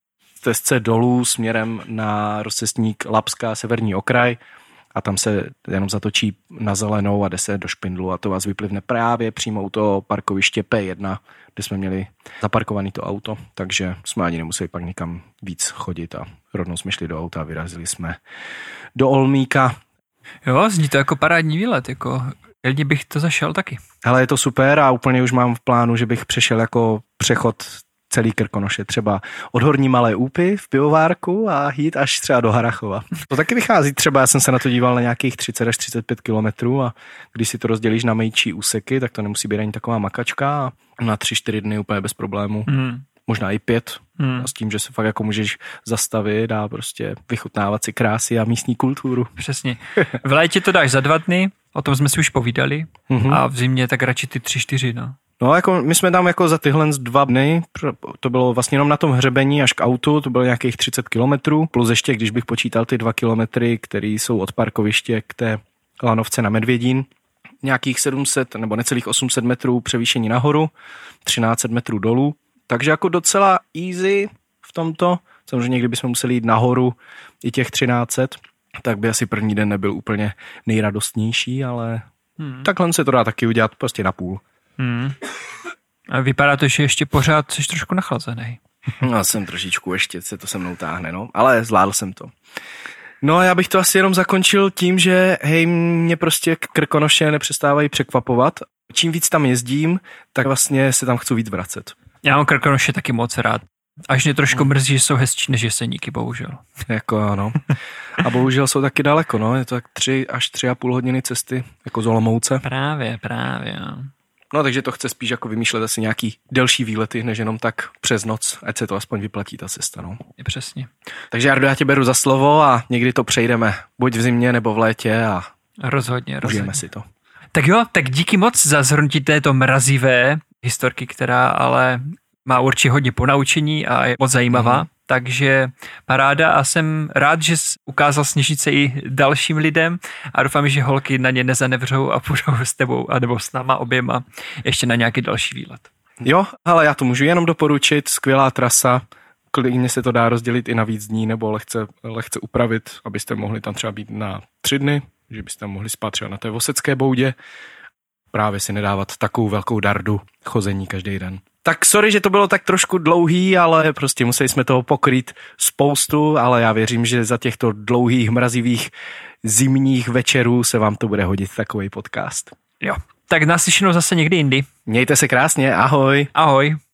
stezce dolů směrem na rozcestník Labská severní okraj. A tam se jenom zatočí na zelenou a jde se do Špindlu a to vás vyplivne právě přímo u toho parkoviště P jedna, kde jsme měli zaparkované to auto, takže jsme ani nemuseli pak nikam víc chodit a rovnou jsme šli do auta a vyrazili jsme do Olmíka. Jo, zní to jako parádní výlet, jako klidně bych to zašel taky. Hele, je to super a úplně už mám v plánu, že bych přešel jako přechod celý Krkonoše, třeba od Horní Malé Úpy v pivovárku a jít až třeba do Harachova. To taky vychází třeba, já jsem se na to díval na nějakých třicet až třicet pět kilometrů a když si to rozdělíš na menší úseky, tak to nemusí být ani taková makačka a na tři, čtyři dny úplně bez problémů. Hmm. Možná i pět. Hmm. A s tím, že se fakt jako můžeš zastavit a prostě vychutnávat si krásy a místní kulturu. Přesně. V létě to dáš za dva dny, o tom jsme si už povídali mm-hmm. a v zimě tak radši ty tři, čtyři, no. No, jako my jsme tam jako za tyhle dva dny, to bylo vlastně jenom na tom hřebení až k autu, to bylo nějakých třicet kilometrů, plus ještě, když bych počítal ty dva kilometry, které jsou od parkoviště k té lanovce na Medvědín, nějakých sedm set nebo necelých osm set metrů převýšení nahoru, třináct set metrů dolů, takže jako docela easy v tomto, samozřejmě kdybychom museli jít nahoru i těch třináct set, tak by asi první den nebyl úplně nejradostnější, ale hmm. takhle se to dá taky udělat prostě na půl. Hmm. A vypadá to, že ještě pořád jsi trošku nachlazený. No, jsem trošičku, ještě se to se mnou táhne, no, ale zvládl jsem to. No, já bych to asi jenom zakončil tím, že hej, mě prostě Krkonoše nepřestávají překvapovat. Čím víc tam jezdím, tak vlastně se tam chci víc vracet. Já mám Krkonoše taky moc rád. Až mě trošku mrzí, že jsou hezčí než Jeseníky, bohužel. Jako ano. A bohužel jsou taky daleko, no. Je to tak tři až tři a půl hodiny cesty, jako z Olomouce. Právě, právě, no. No, takže to chce spíš jako vymýšlet asi nějaký delší výlety, než jenom tak přes noc, ať se to aspoň vyplatí ta cesta, no. Je přesně. Takže Jardo, já tě beru za slovo a někdy to přejdeme, buď v zimě nebo v létě a rozhodně, užijeme rozhodně. si to. Tak jo, tak díky moc za zhrnutí této mrazivé historky, která ale má určitě hodně ponaučení a je moc zajímavá. Mm. Takže paráda a jsem rád, že jsi ukázal Sněžnice i dalším lidem a doufám, že holky na ně nezanevřou a půjdou s tebou a nebo s náma oběma ještě na nějaký další výlet. Jo, ale já to můžu jenom doporučit, skvělá trasa, klidně se to dá rozdělit i na víc dní nebo lehce, lehce upravit, abyste mohli tam třeba být na tři dny, že byste tam mohli spát třeba na té Vosecké boudě, právě si nedávat takovou velkou dardu chození každý den. Tak sorry, že to bylo tak trošku dlouhý, ale prostě museli jsme toho pokrýt spoustu, ale já věřím, že za těchto dlouhých, mrazivých zimních večerů se vám to bude hodit takový podcast. Jo, tak naslyšenou zase někdy jindy. Mějte se krásně, ahoj. Ahoj.